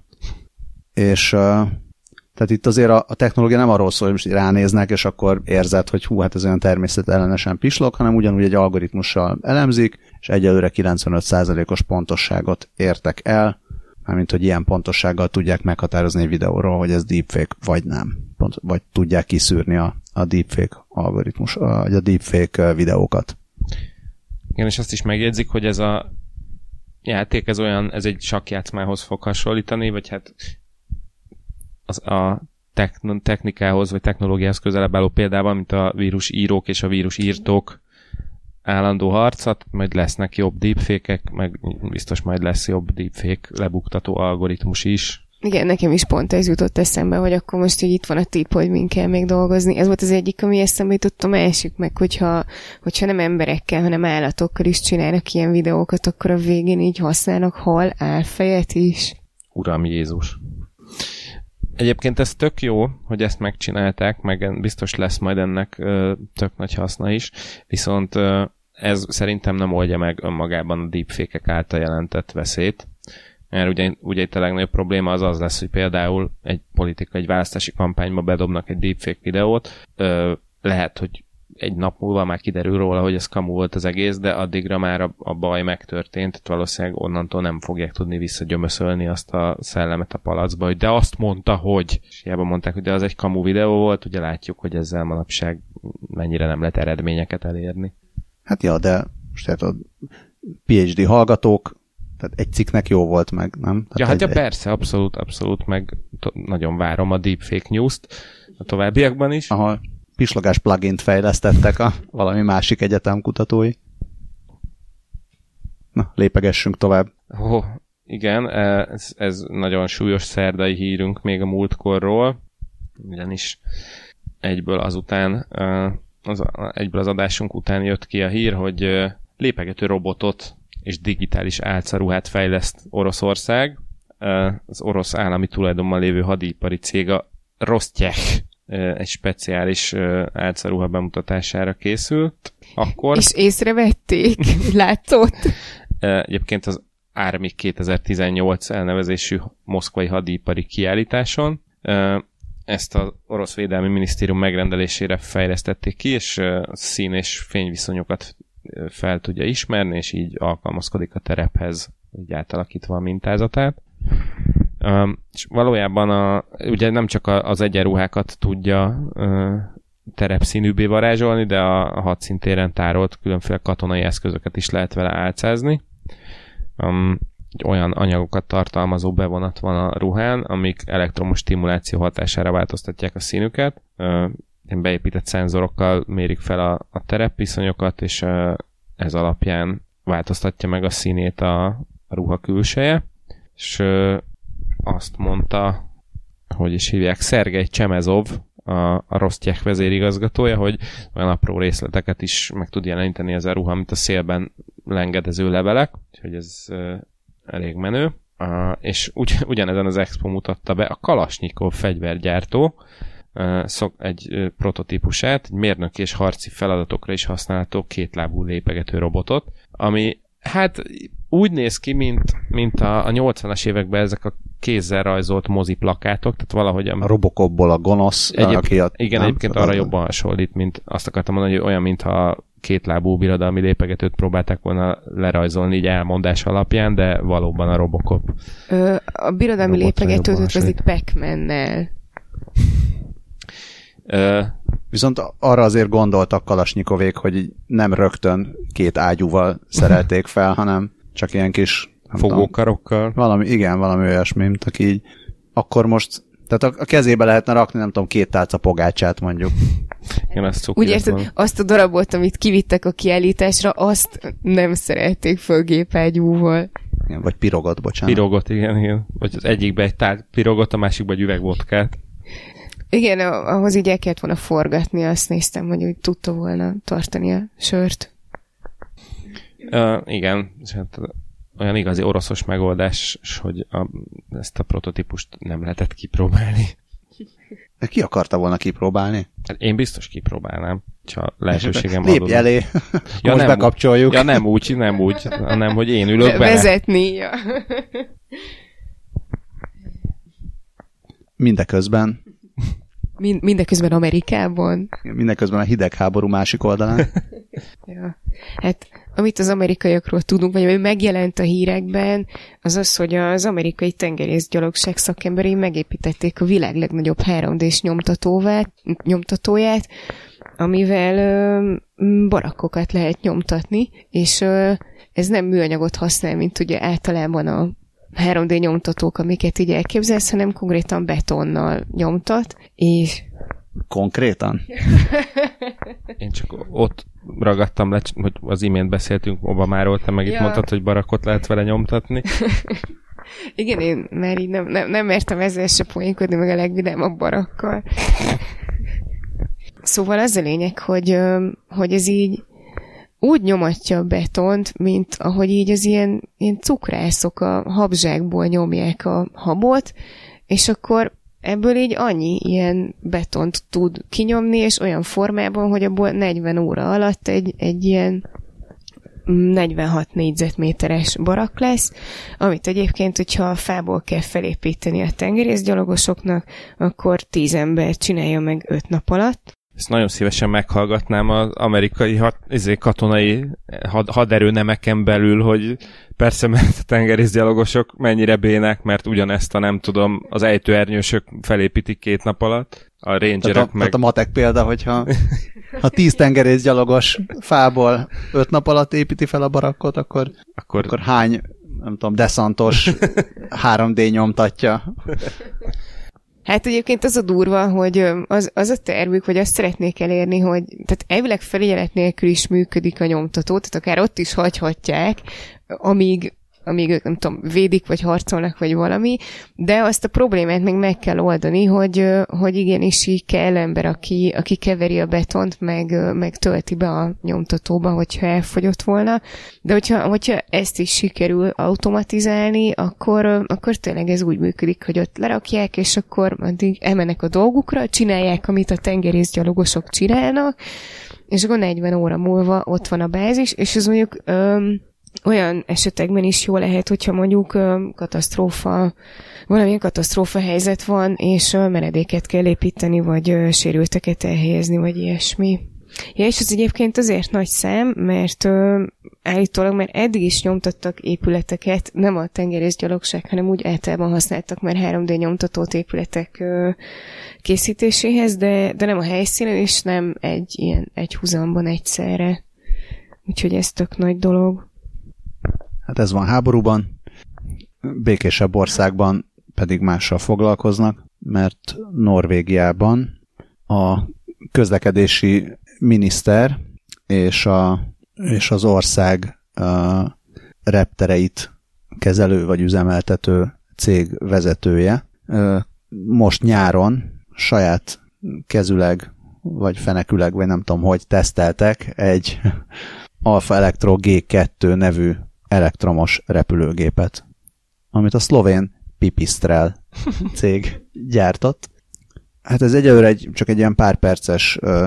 És uh, tehát itt azért a, a technológia nem arról szól, hogy most ránéznek, és akkor érzed, hogy hú, hát ez olyan természetellenesen pislog, hanem ugyanúgy egy algoritmussal elemzik, és egyelőre kilencvenöt százalékos pontosságot értek el, mármint, hogy ilyen pontossággal tudják meghatározni egy videóról, hogy ez deepfake vagy nem. Pont, vagy tudják kiszűrni a, a deepfake algoritmus, vagy a deepfake videókat. Igen, és azt is megjegyzik, hogy ez a játék, ez olyan, ez egy sakkjátszmához fog hasonlítani, vagy hát az a techn- technikához, vagy technológiához közelebb álló példával, mint a vírusírók és a vírusírtók állandó harcat, majd lesznek jobb deepfake-ek, meg biztos majd lesz jobb deepfake lebuktató algoritmus is. Igen, nekem is pont ez jutott eszembe, hogy akkor most, hogy itt van a tipp, hogy min kell még dolgozni. Ez volt az egyik, ami eszembe jutott, a másik meg, hogyha, hogyha nem emberekkel, hanem állatokkal is csinálnak ilyen videókat, akkor a végén így használnak hal álfejet is. Uram Jézus. Egyébként ez tök jó, hogy ezt megcsinálták, meg biztos lesz majd ennek ö, tök nagy haszna is, viszont ö, ez szerintem nem oldja meg önmagában a deepfake-ek által jelentett veszélyt. Mert ugye, ugye itt a legnagyobb probléma az az lesz, hogy például egy politika, egy választási kampányba bedobnak egy deepfake videót, ö, lehet, hogy egy nap múlva már kiderül róla, hogy ez kamu volt az egész, de addigra már a, a baj megtörtént, tehát valószínűleg onnantól nem fogják tudni visszagyömöszölni azt a szellemet a palacba, hogy de azt mondta, hogy, és hiába mondták, hogy de az egy kamu videó volt, ugye látjuk, hogy ezzel manapság mennyire nem lehet eredményeket elérni. Hát ja, de most tehát a PhD hallgatók, tehát egy cikknek jó volt meg, nem? Tehát ja, hát egy, ja, persze, abszolút, abszolút, meg to- nagyon várom a deepfake news-t a továbbiakban is. Aha, pislogás plugint fejlesztettek a valami másik egyetem kutatói. Na, lépegessünk tovább. Oh, igen, ez, ez nagyon súlyos szerdai hírünk még a múltkorról, ugyanis egyből azután, az, egyből az adásunk után jött ki a hír, hogy lépegető robotot és digitális álcaruhát fejleszt Oroszország. Az orosz állami tulajdonban lévő hadipari cég a Rostech egy speciális álcaruha bemutatására készült. Akkor... És észrevették? Látszott? Egyébként az Army kétezer-tizennyolc elnevezésű moszkvai hadipari kiállításon. Ezt az orosz védelmi minisztérium megrendelésére fejlesztették ki, és szín- és fényviszonyokat fel tudja ismerni, és így alkalmazkodik a terephez, így átalakítva a mintázatát. Um, és valójában a, ugye nem csak a, az egyenruhákat tudja uh, terepszínűbbé varázsolni, de a, a hadszintéren tárolt különféle katonai eszközöket is lehet vele álcázni. Um, olyan anyagokat tartalmazó bevonat van a ruhán, amik elektromos stimuláció hatására változtatják a színüket. Uh, beépített szenzorokkal mérik fel a, a terepviszonyokat, és uh, ez alapján változtatja meg a színét a, a ruha külseje. És uh, azt mondta, hogy is hívják, Szergej Csemezov, a, a Rostech vezérigazgatója, hogy olyan apró részleteket is meg tud jeleníteni ez a ruha, mint a szélben lengedező levelek, úgyhogy ez uh, elég menő. Uh, és ugy, ugyanezen az expo mutatta be a Kalasnyikov fegyvergyártó uh, szok, egy uh, prototípusát, egy mérnöki és harci feladatokra is használható kétlábú lépegető robotot, ami hát úgy néz ki, mint, mint a, a nyolcvanas években ezek a kézzel rajzolt moziplakátok, tehát valahogy... A, a Robocopból a gonosz, egyéb, aki a... Igen, nem? Egyébként arra jobban hasonlít, mint azt akartam mondani, hogy olyan, mintha kétlábú birodalmi lépegetőt próbálták volna lerajzolni így elmondás alapján, de valóban a Robocop. Ö, a birodalmi lépegetőt ötvezik Pac-Man-nel. Ö, Viszont arra azért gondoltak Kalasnyikovék, hogy nem rögtön két ágyúval szerelték fel, hanem csak ilyen kis... Fogókarokkal. Valami, igen, valami olyasmi, mint aki így... Akkor most... Tehát a, a kezébe lehetne rakni, nem tudom, két tálca pogácsát mondjuk. Igen, azt úgy érted, azt a darabot, amit kivittek a kiállításra, azt nem szerelték föl gépágyúval. Igen, vagy pirogot, bocsánat. Pirogot, igen, igen. Vagy az egyikbe egy tál pirogot, a másikba egy üvegvodkát. Igen, ahhoz így el kellett volna forgatni, azt néztem, hogy úgy tudta volna tartani a sört. Uh, igen, és hát olyan igazi oroszos megoldás, hogy a, ezt a prototípust nem lehetett kipróbálni. De ki akarta volna kipróbálni? Hát én biztos kipróbálnám, ha lehetőségem adódott. Lépj elé, ja, most nem, bekapcsoljuk. Ja nem úgy, nem úgy, hanem hogy én ülök Be- bele. Vezetni, ja. Mindeközben. Mind, mindeközben Amerikában. Mindeközben a hidegháború másik oldalán. Ja. Hát, amit az amerikaiakról tudunk, vagy ami megjelent a hírekben, az az, hogy az amerikai tengerészgyalogság szakemberei megépítették a világ legnagyobb három dés nyomtatóját, amivel ö, barakkokat lehet nyomtatni, és ö, ez nem műanyagot használ, mint ugye általában a három dé nyomtatók, amiket így elképzelsz, hanem konkrétan betonnal nyomtat, és... Konkrétan? Én csak ott ragadtam le, hogy az imént beszéltünk Obamáról, te meg itt ja. mondtad, hogy barakot lehet vele nyomtatni. Igen, én már így nem, nem, nem mertem ezzel se poénkodni, meg a legvidámabb barakkal. Szóval az a lényeg, hogy, hogy ez így úgy nyomatja a betont, mint ahogy így az ilyen, ilyen cukrászok a habzsákból nyomják a habot, és akkor ebből így annyi ilyen betont tud kinyomni, és olyan formában, hogy abból negyven óra alatt egy, egy ilyen negyvenhat négyzetméteres barak lesz, amit egyébként, hogyha fából kell felépíteni a tengerészgyalogosoknak, akkor tíz ember csinálja meg öt nap alatt. Ezt nagyon szívesen meghallgatnám az amerikai hat, izé, katonai had, haderőnemeken belül, hogy persze, mert a tengerészgyalogosok mennyire bénák, mert ugyanezt a nem tudom, az ejtőernyősök felépítik két nap alatt, a rangerek tehát a, meg... Tehát a matek példa, hogyha ha tíz tengerészgyalogos fából öt nap alatt építi fel a barakkot, akkor, akkor... akkor hány, nem tudom, deszantos három dé nyomtatja. Hát egyébként az a durva, hogy az, az a tervük, hogy azt szeretnék elérni, hogy tehát elvileg felügyelet nélkül is működik a nyomtató, tehát akár ott is hagyhatják, amíg, amíg ők nem tudom, védik, vagy harcolnak, vagy valami, de azt a problémát még meg kell oldani, hogy, hogy igenis így kell ember, aki, aki keveri a betont, meg, meg tölti be a nyomtatóba, hogyha elfogyott volna, de hogyha, hogyha ezt is sikerül automatizálni, akkor, akkor tényleg ez úgy működik, hogy ott lerakják, és akkor addig elmennek a dolgukra, csinálják, amit a tengerészgyalogosok csinálnak, és akkor negyven óra múlva ott van a bázis, és ez mondjuk öm, olyan esetekben is jó lehet, hogyha mondjuk öm, katasztrófa, valamilyen katasztrófa helyzet van, és öm, menedéket kell építeni, vagy öm, sérülteket elhelyezni, vagy ilyesmi. Ja, és ez egyébként azért nagy szám, mert öm, állítólag már eddig is nyomtattak épületeket, nem a tengerészgyalogság, hanem úgy általában használtak már három dé nyomtatót épületek öm, készítéséhez, de, de nem a helyszínen, és nem egy ilyen egy huzamban egyszerre. Úgyhogy ez tök nagy dolog. Hát ez van háborúban, békésebb országban pedig mással foglalkoznak, mert Norvégiában a közlekedési miniszter és, a, és az ország a reptereit kezelő vagy üzemeltető cég vezetője most nyáron saját kezüleg, vagy feneküleg, vagy nem tudom, hogy teszteltek egy Alfa Electro gé kettő nevű elektromos repülőgépet, amit a szlovén Pipistrel cég gyártott. Hát ez egyelőre egy, csak egy ilyen pár perces ö,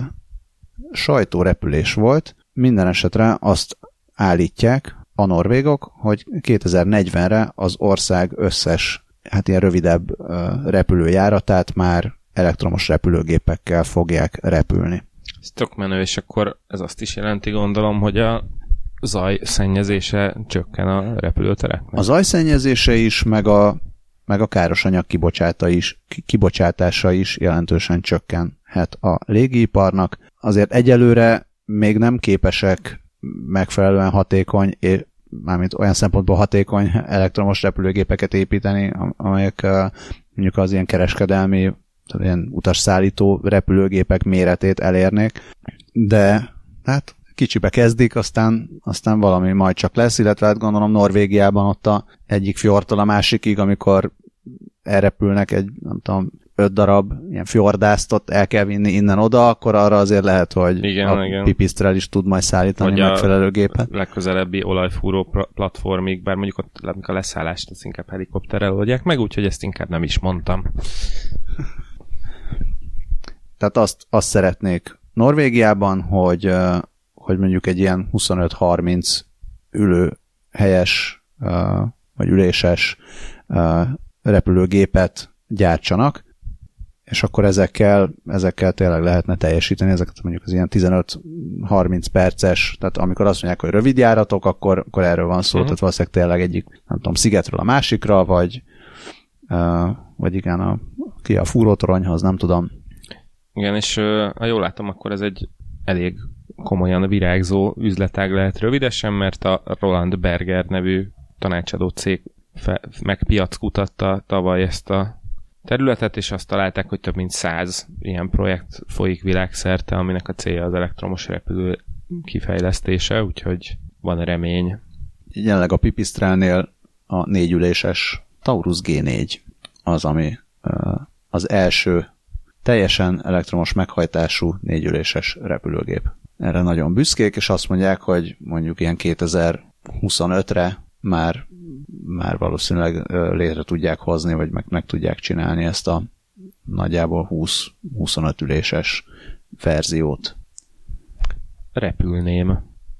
sajtórepülés volt. Minden esetre azt állítják a norvégok, hogy kétezer-negyvenre az ország összes, hát ilyen rövidebb ö, repülőjáratát már elektromos repülőgépekkel fogják repülni. Ez tök menő, és akkor ez azt is jelenti, gondolom, hogy a zaj szennyezése csökken a repülőtereknek. A zajszennyezése is, meg a, meg a károsanyag kibocsáta is, kibocsátása is jelentősen csökkenhet a légiiparnak. Azért egyelőre még nem képesek megfelelően hatékony, mármint olyan szempontból hatékony elektromos repülőgépeket építeni, amelyek mondjuk az ilyen kereskedelmi, tehát ilyen utasszállító repülőgépek méretét elérnék, de hát kicsibe kezdik, aztán, aztán valami majd csak lesz, illetve hát gondolom Norvégiában ott a egyik fjordtól a másikig, amikor elrepülnek egy, nem tudom, öt darab ilyen fjordásztot el kell vinni innen-oda, akkor arra azért lehet, hogy igen, a igen. Pipistrel is tud majd szállítani vagy megfelelő gépet. A legközelebbi olajfúró platformig, bár mondjuk ott a leszállást az inkább helikopterrel oldják meg, úgyhogy ezt inkább nem is mondtam. Tehát azt, azt szeretnék Norvégiában, hogy hogy mondjuk egy ilyen huszonöt-harminc ülőhelyes vagy üléses repülőgépet gyártsanak, és akkor ezekkel, ezekkel tényleg lehetne teljesíteni ezeket mondjuk az ilyen tizenöt-harminc perces, tehát amikor azt mondják, hogy rövid járatok, akkor, akkor erről van szó, uh-huh. Tehát valószínűleg tényleg egyik, nem tudom, szigetről a másikra, vagy, vagy igen, a, ki a fúrótoronyhoz, nem tudom. Igen, és ha jól látom, akkor ez egy elég komolyan virágzó üzletág lehet rövidesen, mert a Roland Berger nevű tanácsadó cég fe, meg piackutatta tavaly ezt a területet, és azt találták, hogy több mint száz ilyen projekt folyik világszerte, aminek a célja az elektromos repülő kifejlesztése, úgyhogy van remény. Jelenleg a Pipistrelnél a négyüléses Taurus gé négy az, ami az első teljesen elektromos meghajtású négyüléses repülőgép. Erre nagyon büszkék, és azt mondják, hogy mondjuk ilyen kétezer-huszonötre már, már valószínűleg létre tudják hozni, vagy meg, meg tudják csinálni ezt a nagyjából húsz-huszonöt üléses verziót. Repülném.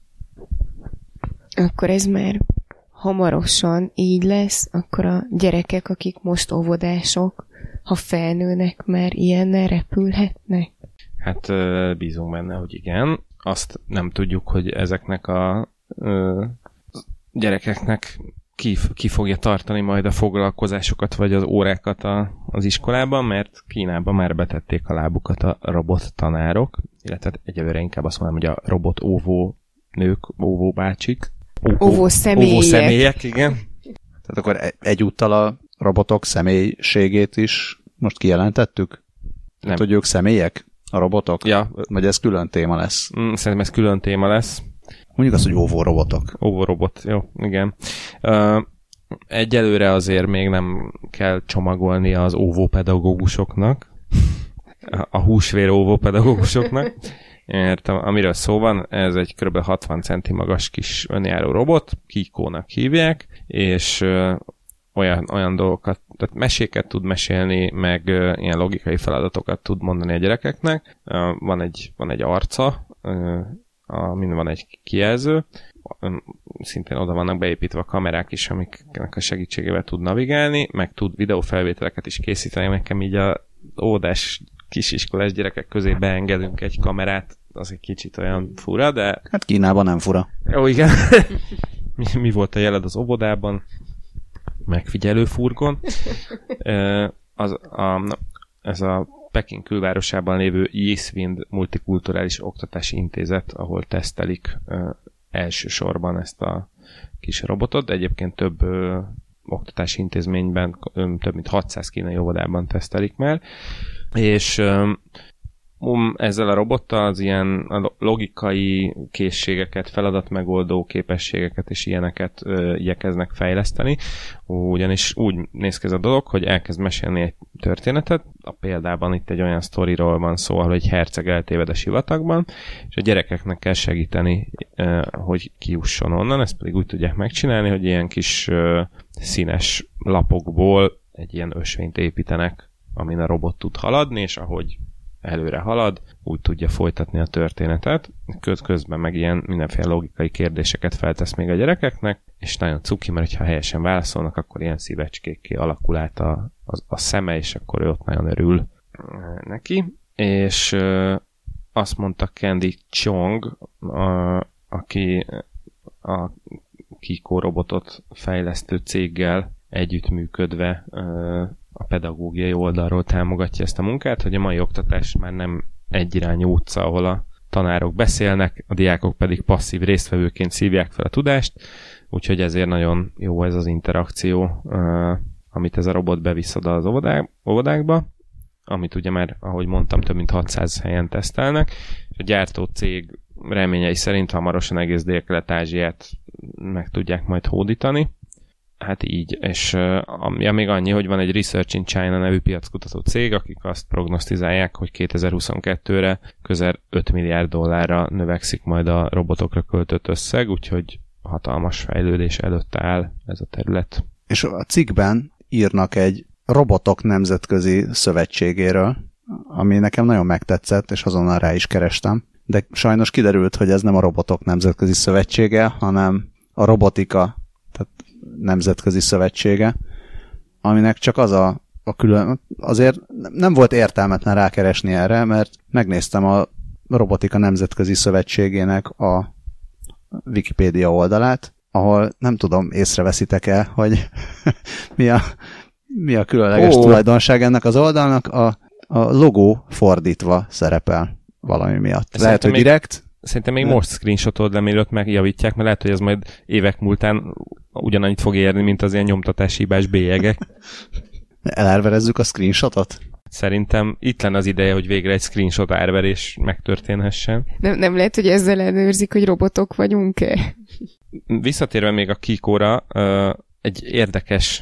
Akkor ez már hamarosan így lesz, akkor a gyerekek, akik most óvodások, ha felnőnek, már ilyennel repülhetnek? Hát bízunk benne, hogy igen. Azt nem tudjuk, hogy ezeknek a ö, gyerekeknek ki, ki fogja tartani majd a foglalkozásokat, vagy az órákat a, az iskolában, mert Kínában már betették a lábukat a robot tanárok, illetve egyelőre inkább azt mondom, hogy a robot óvó nők, óvó bácsik. Óvó személyek. Óvó személyek, igen. Tehát akkor egyúttal a robotok személyiségét is most kijelentettük? Nem. Hogy ők személyek? A robotok? Ja. Vagy ez külön téma lesz? Mm, szerintem ez külön téma lesz. Mondjuk azt, hogy óvó robotok. Óvó robot, jó, igen. Uh, egyelőre azért még nem kell csomagolni az óvópedagógusoknak, a húsvér óvópedagógusoknak, mert amiről szó van, ez egy kb. hatvan centi magas kis önjáró robot, Kikónak hívják, és uh, olyan, olyan dolgokat, tehát meséket tud mesélni, meg uh, ilyen logikai feladatokat tud mondani a gyerekeknek. Uh, van, egy, van egy arca, uh, amin van egy kijelző, szintén oda vannak beépítve a kamerák is, amiknek a segítségével tud navigálni, meg tud videófelvételeket is készíteni, nekem így a óvodás kisiskolás gyerekek közé beengedünk egy kamerát, az egy kicsit olyan fura, de... Hát Kínában nem fura. Jó, igen. mi, mi volt a jeled az óvodában? Megfigyelő furgon. Az, a, ez a Peking külvárosában lévő Yiswind multikulturális oktatási intézet, ahol tesztelik ö, elsősorban ezt a kis robotot, de egyébként több ö, oktatási intézményben, ö, több mint hatszáz kínai óvodában tesztelik már, és ö, um, ezzel a robottal az ilyen a logikai készségeket, feladatmegoldó képességeket és ilyeneket ö, igyekeznek fejleszteni, ugyanis úgy néz ki ez a dolog, hogy elkezd mesélni egy történetet, a példában itt egy olyan sztoriról van szó, ahol egy herceg eltéved a sivatagban, és a gyerekeknek kell segíteni, ö, hogy kijusson onnan, ezt pedig úgy tudják megcsinálni, hogy ilyen kis ö, színes lapokból egy ilyen ösvényt építenek, amin a robot tud haladni, és ahogy előre halad, úgy tudja folytatni a történetet. Közben meg ilyen mindenféle logikai kérdéseket feltesz még a gyerekeknek, és nagyon cuki, mert ha helyesen válaszolnak, akkor ilyen szívecskékké alakul át a, a, a szeme, és akkor ő ott nagyon örül neki. És ö, azt mondta Candy Chong, a, aki a Kiko robotot fejlesztő céggel együttműködve ö, a pedagógiai oldalról támogatja ezt a munkát, hogy a mai oktatás már nem egyirányú utca, ahol a tanárok beszélnek, a diákok pedig passzív résztvevőként szívják fel a tudást, úgyhogy ezért nagyon jó ez az interakció, amit ez a robot bevisz oda az óvodákba, amit ugye már, ahogy mondtam, több mint hatszáz helyen tesztelnek, és a gyártó cég reményei szerint hamarosan egész Dél-Kelet-Ázsiát meg tudják majd hódítani. Hát így, és uh, ja, még annyi, hogy van egy Research in China nevű piackutató cég, akik azt prognosztizálják, hogy kétezer-huszonkettőre közel öt milliárd dollárra növekszik majd a robotokra költött összeg, úgyhogy hatalmas fejlődés előtt áll ez a terület. És a cikkben írnak egy robotok nemzetközi szövetségéről, ami nekem nagyon megtetszett, és azonnal rá is kerestem, de sajnos kiderült, hogy ez nem a robotok nemzetközi szövetsége, hanem a robotika, tehát nemzetközi szövetsége, aminek csak az a, a külön... Azért nem volt értelmetlen rákeresni erre, mert megnéztem a robotika nemzetközi szövetségének a Wikipédia oldalát, ahol nem tudom, észreveszitek-e, hogy mi, a, mi a különleges oh. tulajdonság ennek az oldalnak, a, a logó fordítva szerepel valami miatt. Szerintem lehet, hogy még... direkt... Szerintem még most screenshotod le, mielőtt megjavítják, mert lehet, hogy ez majd évek múltán ugyanannyit fog érni, mint az ilyen nyomtatási hibás bélyegek. Elárverezzük a screenshotot? Szerintem itt lenne az ideje, hogy végre egy screenshot árverés megtörténhessen. Nem, nem lehet, hogy ezzel ellenőrzik, hogy robotok vagyunk-e? Visszatérve még a Kikóra, egy érdekes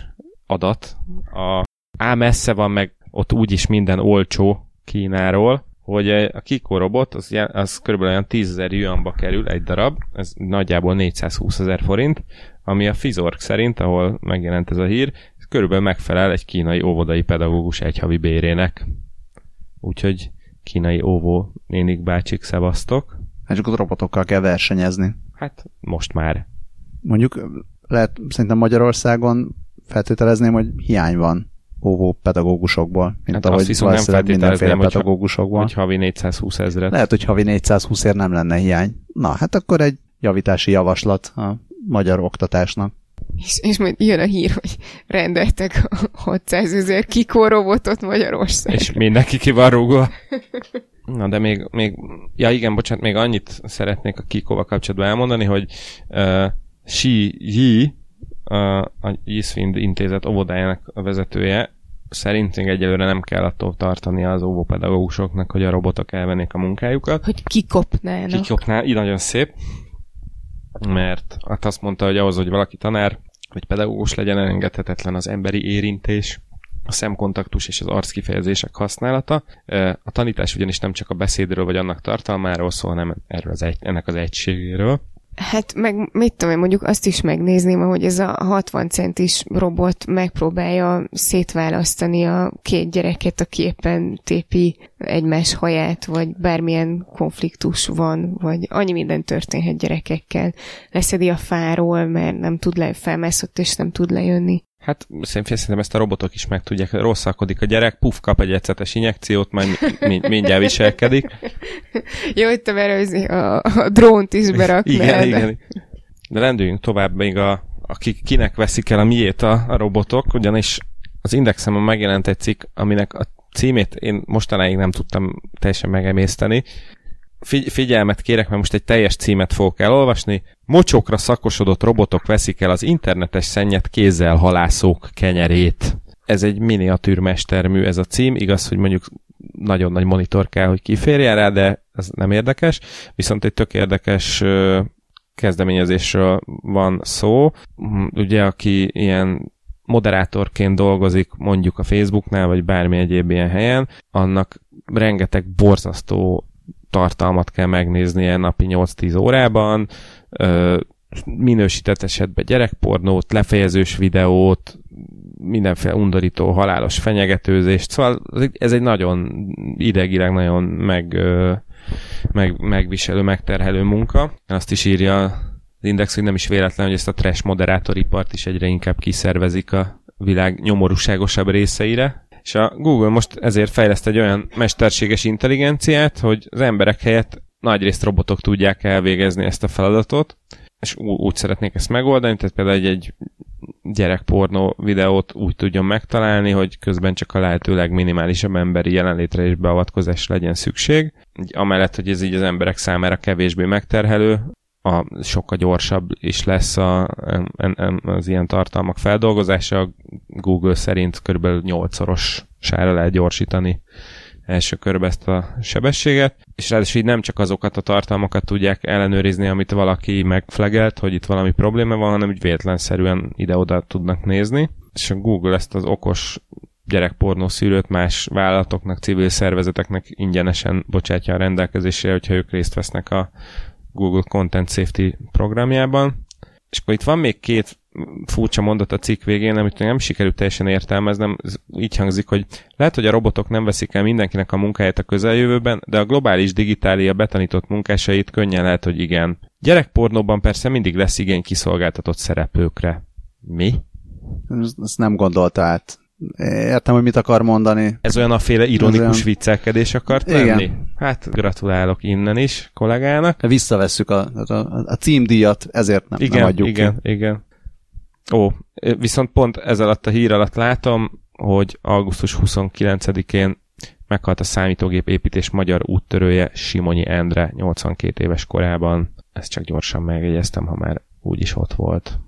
adat. A, á, messze van meg ott úgyis minden olcsó Kínáról, hogy a Kiko robot az, az körülbelül olyan tízezer yuanba kerül egy darab, ez nagyjából négyszázhúszezer forint, ami a Fizorg szerint, ahol megjelent ez a hír, ez körülbelül megfelel egy kínai óvodai pedagógus egy havi bérének. Úgyhogy kínai óvó nénik bácsik, szevasztok. Hát csak ott robotokkal kell versenyezni. Hát most már. Mondjuk lehet szerintem Magyarországon feltételezném, hogy hiány van óvó pedagógusokból, mint hát ahogy viszont nem feltételezném, hogy, pedagógusokból. hogy havi négyszázhúsz ezret. Lehet, hogy havi négyszázhúszért nem lenne hiány. Na, hát akkor egy javítási javaslat a magyar oktatásnak. És, és majd jön a hír, hogy rendeltek hatszázezer Kiko robotot Magyarországon. És mindenki ki van rúgva. Na, de még, még, ja igen, bocsánat, még annyit szeretnék a Kikóval kapcsolatban elmondani, hogy uh, Shi Yi, uh, a Yiswind intézet óvodájának a vezetője, szerintünk egyelőre nem kell attól tartani az óvópedagógusoknak, hogy a robotok elvennék a munkájukat. Hogy kikopnának. Kikopnál, így nagyon szép, mert hát azt mondta, hogy ahhoz, hogy valaki tanár vagy pedagógus legyen, elengedhetetlen az emberi érintés, a szemkontaktus és az arckifejezések használata. A tanítás ugyanis nem csak a beszédről vagy annak tartalmáról szól, hanem erről az egy, ennek az egységéről. Hát meg mit tudom én, mondjuk azt is megnézném, hogy ez a hatvan centis robot megpróbálja szétválasztani a két gyereket, aki éppen tépi egymás haját, vagy bármilyen konfliktus van, vagy annyi minden történhet gyerekekkel. Leszedi a fáról, mert nem tud le, felmászott és nem tud lejönni. Hát szerintem ezt a robotok is meg tudják, rosszalkodik a gyerek, puf, kap egy ecetes injekciót, majd mi, mindjárt viselkedik. Jó, hogy te verőzni, a, a drónt is beraknád. Igen, igen. De lendüljünk tovább még a, akik kinek veszik el a miét a, a robotok, ugyanis az Indexemon megjelent egy cikk, aminek a címét én mostanáig nem tudtam teljesen megemészteni. Figy- figyelmet kérek, mert most egy teljes címet fogok elolvasni. Mocsokra szakosodott robotok veszik el az internetes szennyet kézzel halászók kenyerét. Ez egy miniatűr mestermű ez a cím, igaz, hogy mondjuk nagyon nagy monitor kell, hogy kiférjen rá, de ez nem érdekes. Viszont egy tök érdekes ö, kezdeményezésről van szó. Ugye, aki ilyen moderátorként dolgozik mondjuk a Facebooknál, vagy bármi egyéb ilyen helyen, annak rengeteg borzasztó tartalmat kell megnéznie napi nyolc-tíz órában, ö, minősített esetben gyerekpornót, lefejezős videót, mindenféle undorító, halálos fenyegetőzést, szóval ez egy nagyon idegileg nagyon meg, ö, meg, megviselő, megterhelő munka. Azt is írja az Index, hogy nem is véletlen, hogy ezt a trash moderátoripart is egyre inkább kiszervezik a világ nyomorúságosabb részeire. És a Google most ezért fejleszt egy olyan mesterséges intelligenciát, hogy az emberek helyett nagyrészt robotok tudják elvégezni ezt a feladatot, és úgy szeretnék ezt megoldani, tehát például egy, egy gyerekpornó videót úgy tudjon megtalálni, hogy közben csak a lehető legminimálisabb emberi jelenlétre és beavatkozás legyen szükség. Amellett, hogy ez így az emberek számára kevésbé megterhelő, a, sokkal gyorsabb is lesz a, az ilyen tartalmak feldolgozása. A Google szerint kb. nyolcszorosára lehet gyorsítani első körben ezt a sebességet, és ráadásul így nem csak azokat a tartalmakat tudják ellenőrizni, amit valaki megflagelt, hogy itt valami probléma van, hanem úgy véletlenszerűen ide-oda tudnak nézni, és a Google ezt az okos gyerekpornó szűrőt más vállalatoknak, civil szervezeteknek ingyenesen bocsátja a rendelkezésre, hogyha ők részt vesznek a Google Content Safety programjában. És akkor itt van még két furcsa mondat a cikk végén, amit nem sikerült teljesen értelmeznem. Ez így hangzik, hogy lehet, hogy a robotok nem veszik el mindenkinek a munkáját a közeljövőben, de a globális digitália betanított munkásait könnyen lehet, hogy igen. Gyerekpornóban persze mindig lesz igény kiszolgáltatott szereplőkre. Mi? Ezt nem gondolta át. Értem, hogy mit akar mondani. Ez olyan a féle ironikus olyan... viccelkedés akart igen. lenni? Hát gratulálok innen is kollégának. Visszavesszük a, a, a címdíjat, ezért nem, igen, nem adjuk igen, ki. Igen, Ó, viszont pont ez alatt a hír alatt látom, hogy augusztus huszonkilencedikén meghalt a számítógép építés magyar úttörője, Simonyi Endre, nyolcvankét éves korában. Ezt csak gyorsan megjegyeztem, ha már úgyis ott volt.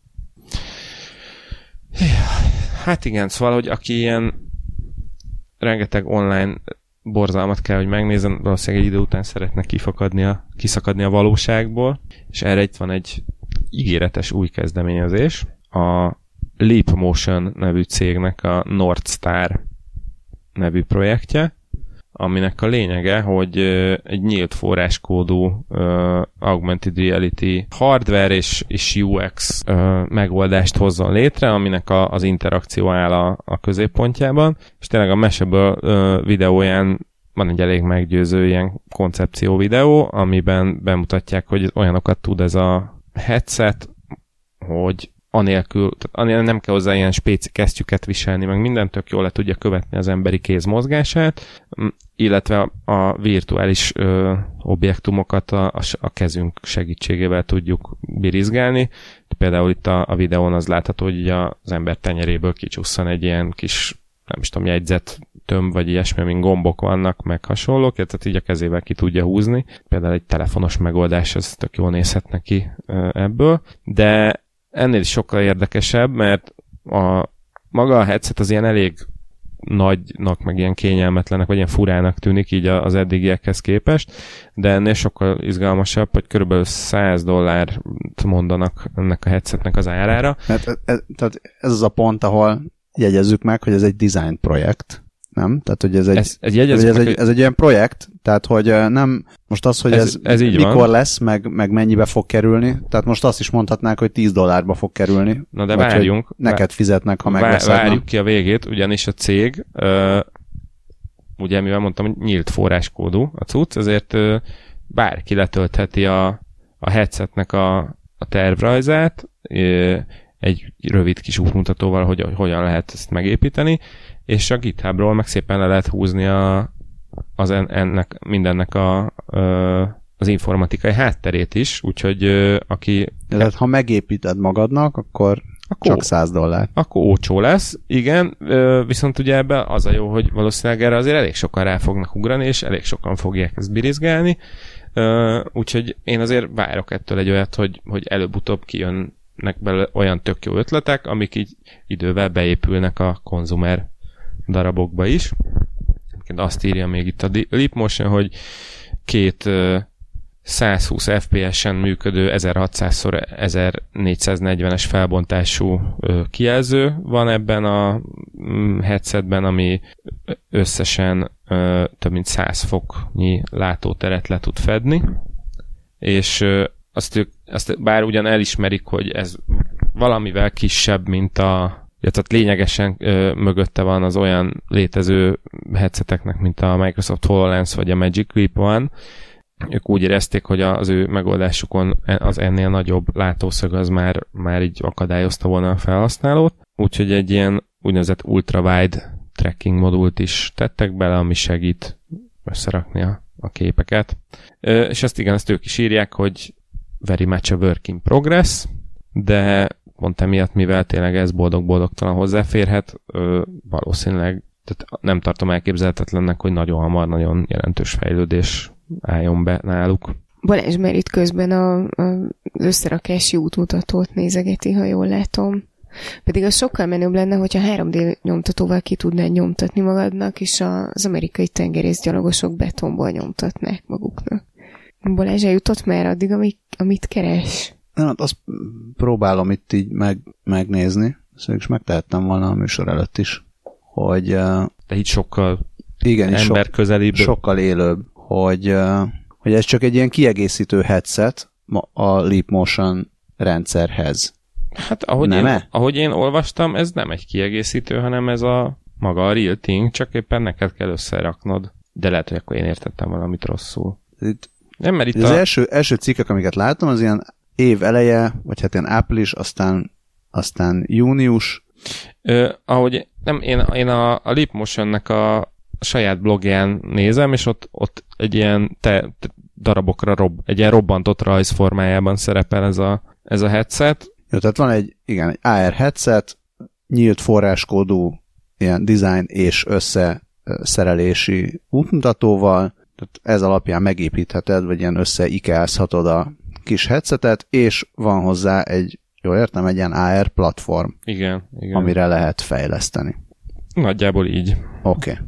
Hát igen, szóval, hogy aki ilyen rengeteg online borzalmat kell, hogy megnézzen, valószínűleg egy idő után szeretne kifakadni a, kiszakadni a valóságból, és erre itt van egy ígéretes új kezdeményezés. A Leap Motion nevű cégnek a North Star nevű projektje, aminek a lényege, hogy egy nyílt forráskódú uh, augmented reality hardware és, és u iksz uh, megoldást hozzon létre, aminek a, az interakció áll a, a középpontjában, és tényleg a Mashable uh, videóján van egy elég meggyőző ilyen koncepció videó, amiben bemutatják, hogy olyanokat tud ez a headset, hogy anélkül, tehát nem kell hozzá ilyen spéci kesztyüket viselni, meg mindent tök jól le tudja követni az emberi kéz mozgását, illetve a virtuális ö, objektumokat a, a kezünk segítségével tudjuk birizgálni. Például itt a, a videón az látható, hogy az ember tenyeréből kicsusszan egy ilyen kis, nem is tudom, jegyzet tömb, vagy ilyesmi, amin gombok vannak, meg hasonlók, tehát így a kezével ki tudja húzni. Például egy telefonos megoldás, ez tök jól nézhet neki ebből, de ennél is sokkal érdekesebb, mert a maga a headset az ilyen elég nagynak, meg ilyen kényelmetlenek, vagy ilyen furának tűnik így az eddigiekhez képest, de ennél sokkal izgalmasabb, hogy körülbelül száz dollárt mondanak ennek a headsetnek az árára. Mert ez, tehát ez az a pont, ahol jegyezzük meg, hogy ez egy design projekt, nem? Tehát, hogy ez egy, ez, ez, ez, ez, egy, ez egy ilyen projekt, tehát, hogy nem most az, hogy ez, ez, ez mikor van. lesz, meg, meg mennyibe fog kerülni, tehát most azt is mondhatnák, hogy tíz dollárba fog kerülni. Na de várjunk. Neked fizetnek, ha megveszed. Várjuk ki a végét, ugyanis a cég, uh, ugye mivel mondtam, hogy nyílt forráskódú a cucc, ezért uh, bárki letöltheti a, a headsetnek a, a tervrajzát, uh, egy rövid kis útmutatóval, hogy, hogy hogyan lehet ezt megépíteni, és a GitHubról meg szépen le lehet húzni a, az en, ennek, mindennek a, az informatikai hátterét is, úgyhogy aki... Tehát ha megépíted magadnak, akkor, akkor csak száz dollár. Akkor ócsó lesz, igen, viszont ugye ebben az a jó, hogy valószínűleg erre azért elég sokan rá fognak ugrani, és elég sokan fogják ezt birizgálni, úgyhogy én azért várok ettől egy olyat, hogy, hogy előbb-utóbb kijönnek belőle olyan tök jó ötletek, amik így idővel beépülnek a konzumer darabokba is. Azt írja még itt a Leap Motion, hogy két uh, száz húsz ef pé es-en működő ezerhatszáz szor ezernégyszáznegyvenes felbontású uh, kijelző van ebben a um, headsetben, ami összesen uh, több mint száz foknyi látóteret le tud fedni, és uh, azt, ők, azt bár ugyan elismerik, hogy ez valamivel kisebb, mint a tehát lényegesen ö, mögötte van az olyan létező headseteknek, mint a Microsoft HoloLens vagy a Magic Leap One. Ők úgy érezték, hogy az ő megoldásukon az ennél nagyobb látószög az már, már így akadályozta volna a felhasználót. Úgyhogy egy ilyen úgynevezett ultra-wide tracking modult is tettek bele, ami segít összerakni a, a képeket. Ö, és ezt igen, ezt ők is írják, hogy very much a work in progress, de pont emiatt, mivel tényleg ez boldog-boldogtalan hozzáférhet, ö, valószínűleg tehát nem tartom elképzelhetetlennek, hogy nagyon hamar, nagyon jelentős fejlődés álljon be náluk. Balázs már itt közben a, a, az összerakási útmutatót nézegeti, ha jól látom. Pedig az sokkal menőbb lenne, hogyha három dé nyomtatóval ki tudnád nyomtatni magadnak, és az amerikai tengerészgyalogosok betonból nyomtatnák maguknak. Balázs eljutott már addig, amit, amit keres? Na, azt próbálom itt így meg, megnézni, szóval is megtehettem volna a műsor előtt is, hogy... De itt sokkal igen, ember sok, közelibb. Sokkal élőbb, hogy, hogy ez csak egy ilyen kiegészítő headset a Leap Motion rendszerhez. Hát ahogy én, ahogy én olvastam, ez nem egy kiegészítő, hanem ez a maga a real thing, csak éppen neked kell összeraknod. De lehet, hogy akkor én értettem valamit rosszul. Itt, nem, mert itt az a... első, első cikkek, amiket láttam, az ilyen év eleje, vagy hát ilyen április, aztán, aztán június. Ö, ahogy nem, én, én a, a Leap Motion-nek a saját blogján nézem, és ott, ott egy ilyen te, te darabokra rob, egy ilyen robbantott rajz formájában szerepel ez a, ez a headset. Jó, tehát van egy, igen, egy á er headset, nyílt forráskódú ilyen design és összeszerelési útmutatóval, tehát ez alapján megépítheted, vagy ilyen összeikázhatod a kis headsetet, és van hozzá egy, jól értem, egy ilyen á er platform, igen, igen. amire lehet fejleszteni. Nagyjából így. Oké. Okay.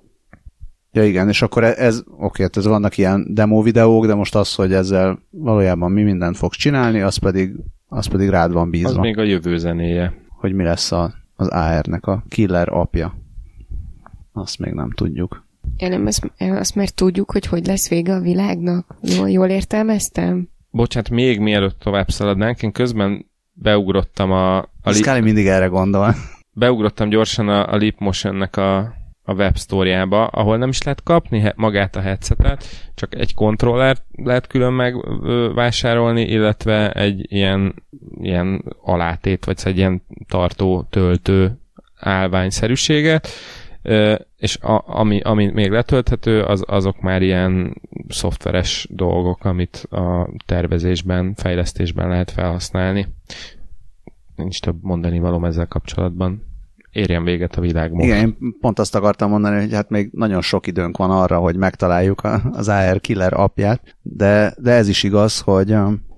Ja igen, és akkor ez, oké, okay, ez vannak ilyen demo videók, de most az, hogy ezzel valójában mi mindent fogsz csinálni, az pedig, az pedig rád van bízva. Az még a jövő zenéje. hogy mi lesz a, az á er-nek a killer apja. Azt még nem tudjuk. Én nem azt, azt már tudjuk, hogy hogy lesz vége a világnak. Jól, jól értelmeztem? Bocsánat, még mielőtt tovább szaladnánk, én közben beugrottam a... a Scully li- mindig erre gondol. Beugrottam gyorsan a, a Leapmotion-nek a, a websztóriába, ahol nem is lehet kapni he, magát a headsetet, csak egy kontrollert lehet külön megvásárolni, illetve egy ilyen, ilyen alátét, vagy egy ilyen tartó, töltő állványszerűséget, és a, ami, ami még letölthető, az, azok már ilyen szoftveres dolgok, amit a tervezésben, fejlesztésben lehet felhasználni. Nincs több mondani valóm ezzel kapcsolatban. Érjen véget a világ most. Igen, én pont azt akartam mondani, hogy hát még nagyon sok időnk van arra, hogy megtaláljuk a, az á er killer apját, de, de ez is igaz, hogy,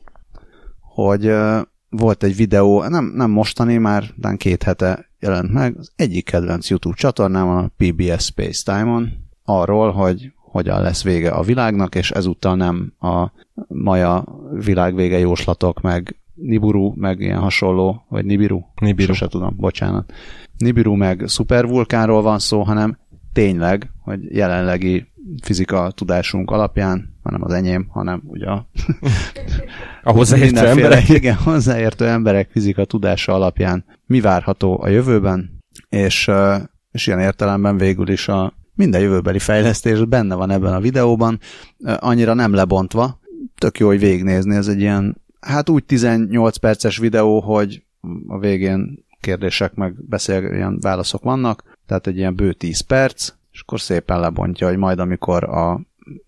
hogy volt egy videó, nem, nem mostani, már talán két hete jelent meg, az egyik kedvenc YouTube csatornám a pé bé es Space Time-on, arról, hogy hogyan lesz vége a világnak, és ezúttal nem a maja világvége jóslatok, meg Nibiru, meg ilyen hasonló, vagy Nibiru? Nibiru. Sose tudom, bocsánat. Nibiru meg szupervulkánról van szó, hanem tényleg, hogy jelenlegi fizika tudásunk alapján, hanem az enyém, hanem ugye a, a hozzáértő emberek. Igen, hozzáértő emberek fizika tudása alapján mi várható a jövőben, és, és ilyen értelemben végül is a minden jövőbeli fejlesztés benne van ebben a videóban, annyira nem lebontva, tök jó, hogy végignézni, ez egy ilyen, hát úgy tizennyolc perces videó, hogy a végén kérdések meg beszél, ilyen válaszok vannak, tehát egy ilyen bő tíz perc, és akkor szépen lebontja, hogy majd amikor a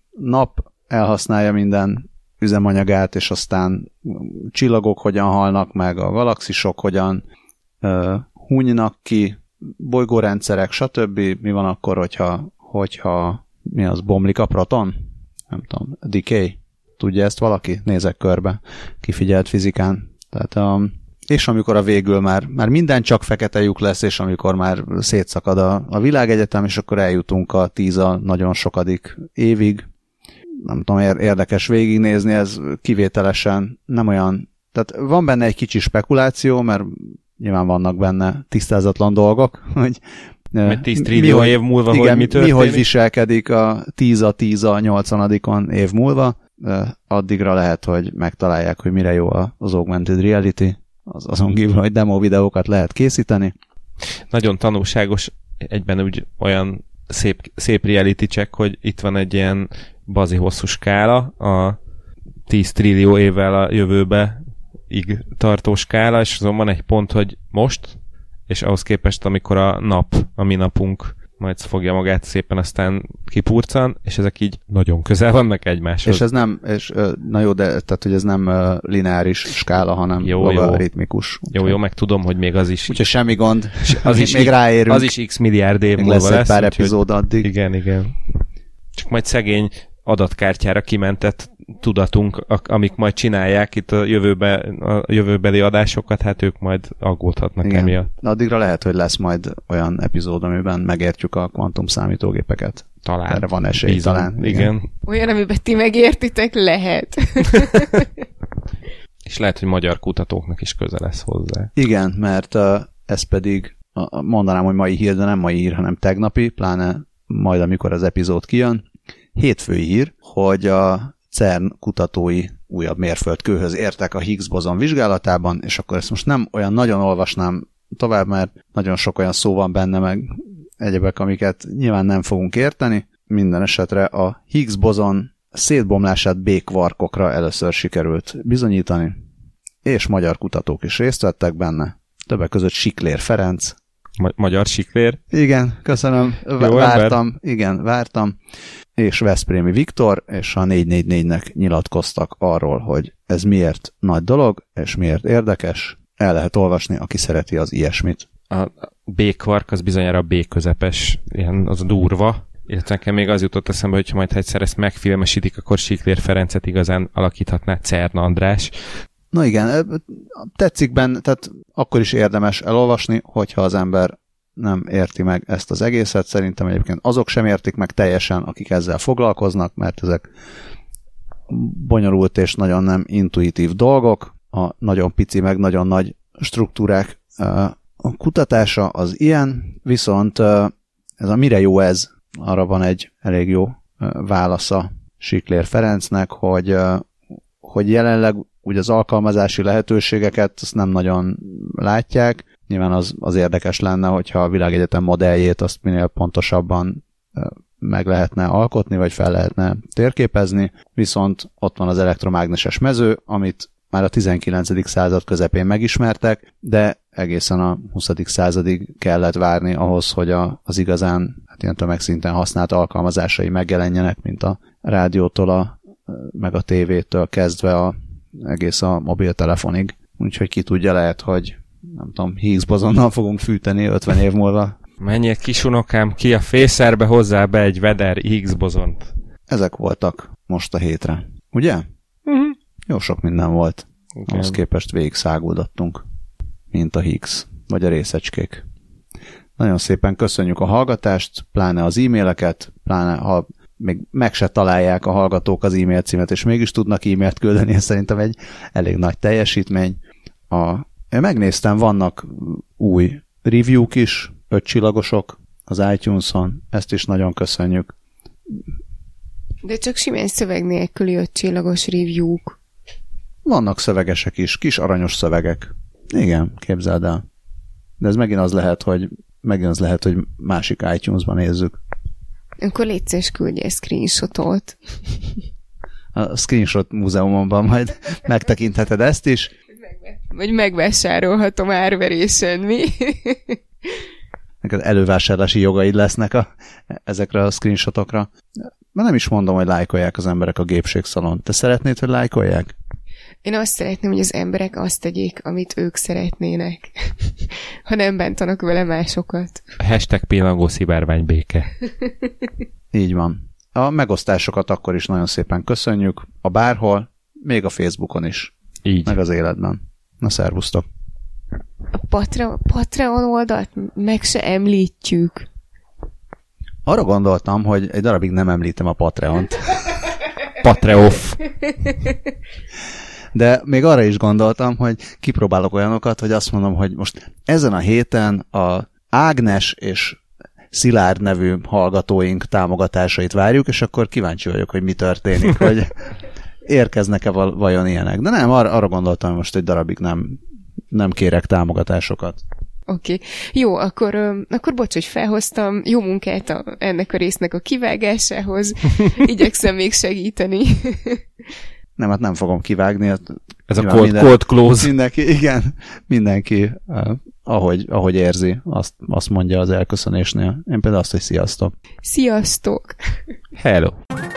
nap elhasználja minden üzemanyagát, és aztán csillagok hogyan halnak meg, a galaxisok hogyan uh, hunynak ki, bolygórendszerek, stb. Mi van akkor, hogyha, hogyha mi az, bomlik a proton? Nem tudom, decay. Tudja ezt valaki? Nézek körbe. Kifigyelt fizikán. Tehát, um, és amikor a végül már, már minden csak fekete lyuk lesz, és amikor már szétszakad a, a világegyetem, és akkor eljutunk a tíz a nagyon sokadik évig. Nem tudom, érdekes végignézni, ez kivételesen nem olyan... Tehát van benne egy kicsi spekuláció, mert nyilván vannak benne tisztázatlan dolgok, hogy tíz trillió év múlva, igen, hogy mi történik. Mi, hogy viselkedik a tíz a tíz a nyolcvanadikon év múlva, addigra lehet, hogy megtalálják, hogy mire jó az augmented reality, az azon kívül, hogy demo videókat lehet készíteni. Nagyon tanulságos, egyben úgy olyan szép, szép reality check, hogy itt van egy ilyen bazi hosszú skála, a tíz trillió évvel a jövőbe ig tartó skála, és azon van egy pont, hogy most, és ahhoz képest, amikor a nap, a mi napunk majd fogja magát szépen, aztán kipurcan, és ezek így nagyon közel vannak egymáshoz. És ez nem, és, na jó, de tehát, hogy ez nem lineáris skála, hanem jó, logaritmikus. Jó, jó, meg tudom, hogy még az is... Úgyhogy semmi gond, az is még így, ráérünk. Az is x milliárd év múlva lesz. lesz egy pár úgyhogy, epizód addig. Igen, igen. Csak majd szegény adatkártyára kimentett tudatunk, amik majd csinálják itt a, jövőbe, a jövőbeli adásokat, hát ők majd aggódhatnak igen. emiatt. Addigra lehet, hogy lesz majd olyan epizód, amiben megértjük a kvantum számítógépeket. Talán. Erre van esély, Bízom. talán. Igen. igen. Olyan, amiben ti megértitek, lehet. És lehet, hogy magyar kutatóknak is köze lesz hozzá. Igen, mert uh, ez pedig, uh, mondanám, hogy mai hír, de nem mai hír, hanem tegnapi, pláne majd, amikor az epizód kijön. Hétfői hír, hogy a cern kutatói újabb mérföldkőhöz értek a Higgs bozon vizsgálatában, és akkor ezt most nem olyan nagyon olvasnám tovább, mert nagyon sok olyan szó van benne, meg egyebek, amiket nyilván nem fogunk érteni. Minden esetre a Higgs bozon szétbomlását B-kvarkokra először sikerült bizonyítani, és magyar kutatók is részt vettek benne. Többek között Siklér Ferenc. Ma- magyar Siklér? Igen, köszönöm. Jó vártam. Ember. Igen, vártam. És Veszprémi Viktor, és a négy négy négynek nyilatkoztak arról, hogy ez miért nagy dolog, és miért érdekes. El lehet olvasni, aki szereti az ilyesmit. A B-kvark az bizonyára a B-közepes, ilyen az durva, illetve nekem még az jutott eszembe, hogy ha majd egyszer ezt megfilmesítik, akkor Siklér Ferencet igazán alakíthatná Cern András. Na igen, tetszik benne, tehát akkor is érdemes elolvasni, hogyha az ember nem érti meg ezt az egészet. Szerintem egyébként azok sem értik meg teljesen, akik ezzel foglalkoznak, mert ezek bonyolult és nagyon nem intuitív dolgok. A nagyon pici meg nagyon nagy struktúrák a kutatása az ilyen, viszont ez a mire jó ez, arra van egy elég jó válasza Siklér Ferencnek, hogy, hogy jelenleg ugye az alkalmazási lehetőségeket azt nem nagyon látják. Nyilván az, az érdekes lenne, hogyha a világegyetem modelljét azt minél pontosabban meg lehetne alkotni, vagy fel lehetne térképezni, viszont ott van az elektromágneses mező, amit már a tizenkilencedik század közepén megismertek, de egészen a huszadik századig kellett várni ahhoz, hogy a, az igazán hát ilyen tömegszinten használt alkalmazásai megjelenjenek, mint a rádiótól, a, meg a tévétől kezdve a, egész a mobiltelefonig. Úgyhogy ki tudja, lehet, hogy nem tudom, Higgs bozonnal fogunk fűteni ötven év múlva. Menjél kisunokám, ki a fészerbe hozzá be egy veder Higgs bozont. Ezek voltak most a hétre. Ugye? Uh-huh. Jó sok minden volt. Igen. Ahhoz képest végig száguldottunk, mint a Higgs, vagy a részecskék. Nagyon szépen köszönjük a hallgatást, pláne az e-maileket, pláne ha még meg se találják a hallgatók az e-mail címet, és mégis tudnak e-mailt küldeni, ez szerintem egy elég nagy teljesítmény. A, én megnéztem, vannak új review-k is, ötcsillagosok az iTunes-on, ezt is nagyon köszönjük. De csak simán szöveg nélküli ötcsillagos review-k. Vannak szövegesek is, kis aranyos szövegek. Igen, képzeld el. De ez megint az lehet, hogy megint az lehet, hogy másik iTunes-ban nézzük. Akkor légy szíves, küldj egy screenshotot. A screenshot múzeumomban majd megtekintheted ezt is. Vagy megvásárolhatom árverésen, mi? Neked elővásárlási jogaid lesznek a, ezekre a screenshotokra. Már nem is mondom, hogy lájkolják az emberek a gépségszalont. Te szeretnéd, hogy lájkolják? Én azt szeretném, hogy az emberek azt tegyék, amit ők szeretnének. Ha nem bántanak vele másokat. Hashtag pillangó szivárvány béke. Így van. A megosztásokat akkor is nagyon szépen köszönjük. A bárhol, még a Facebookon is. Így. Meg az életben. Na, szervusztok. A Patre- Patreon oldalt meg se említjük. Arra gondoltam, hogy egy darabig nem említem a Patreont. Patreoff. De még arra is gondoltam, hogy kipróbálok olyanokat, hogy azt mondom, hogy most ezen a héten a Ágnes és Szilárd nevű hallgatóink támogatásait várjuk, és akkor kíváncsi vagyok, hogy mi történik, hogy érkeznek-e vajon ilyenek. De nem, arra, arra gondoltam, hogy most egy darabig nem, nem kérek támogatásokat. Oké. Okay. Jó, akkor, akkor bocs, hogy felhoztam. Jó munkát a, ennek a résznek a kivágásához. Igyekszem még segíteni. Nem, hát nem fogom kivágni. Ez a cold, minden, cold close. Mindenki, igen, mindenki uh, ahogy, ahogy érzi, azt, azt mondja az elköszönésnél. Én például azt, hogy sziasztok. Sziasztok! Hello!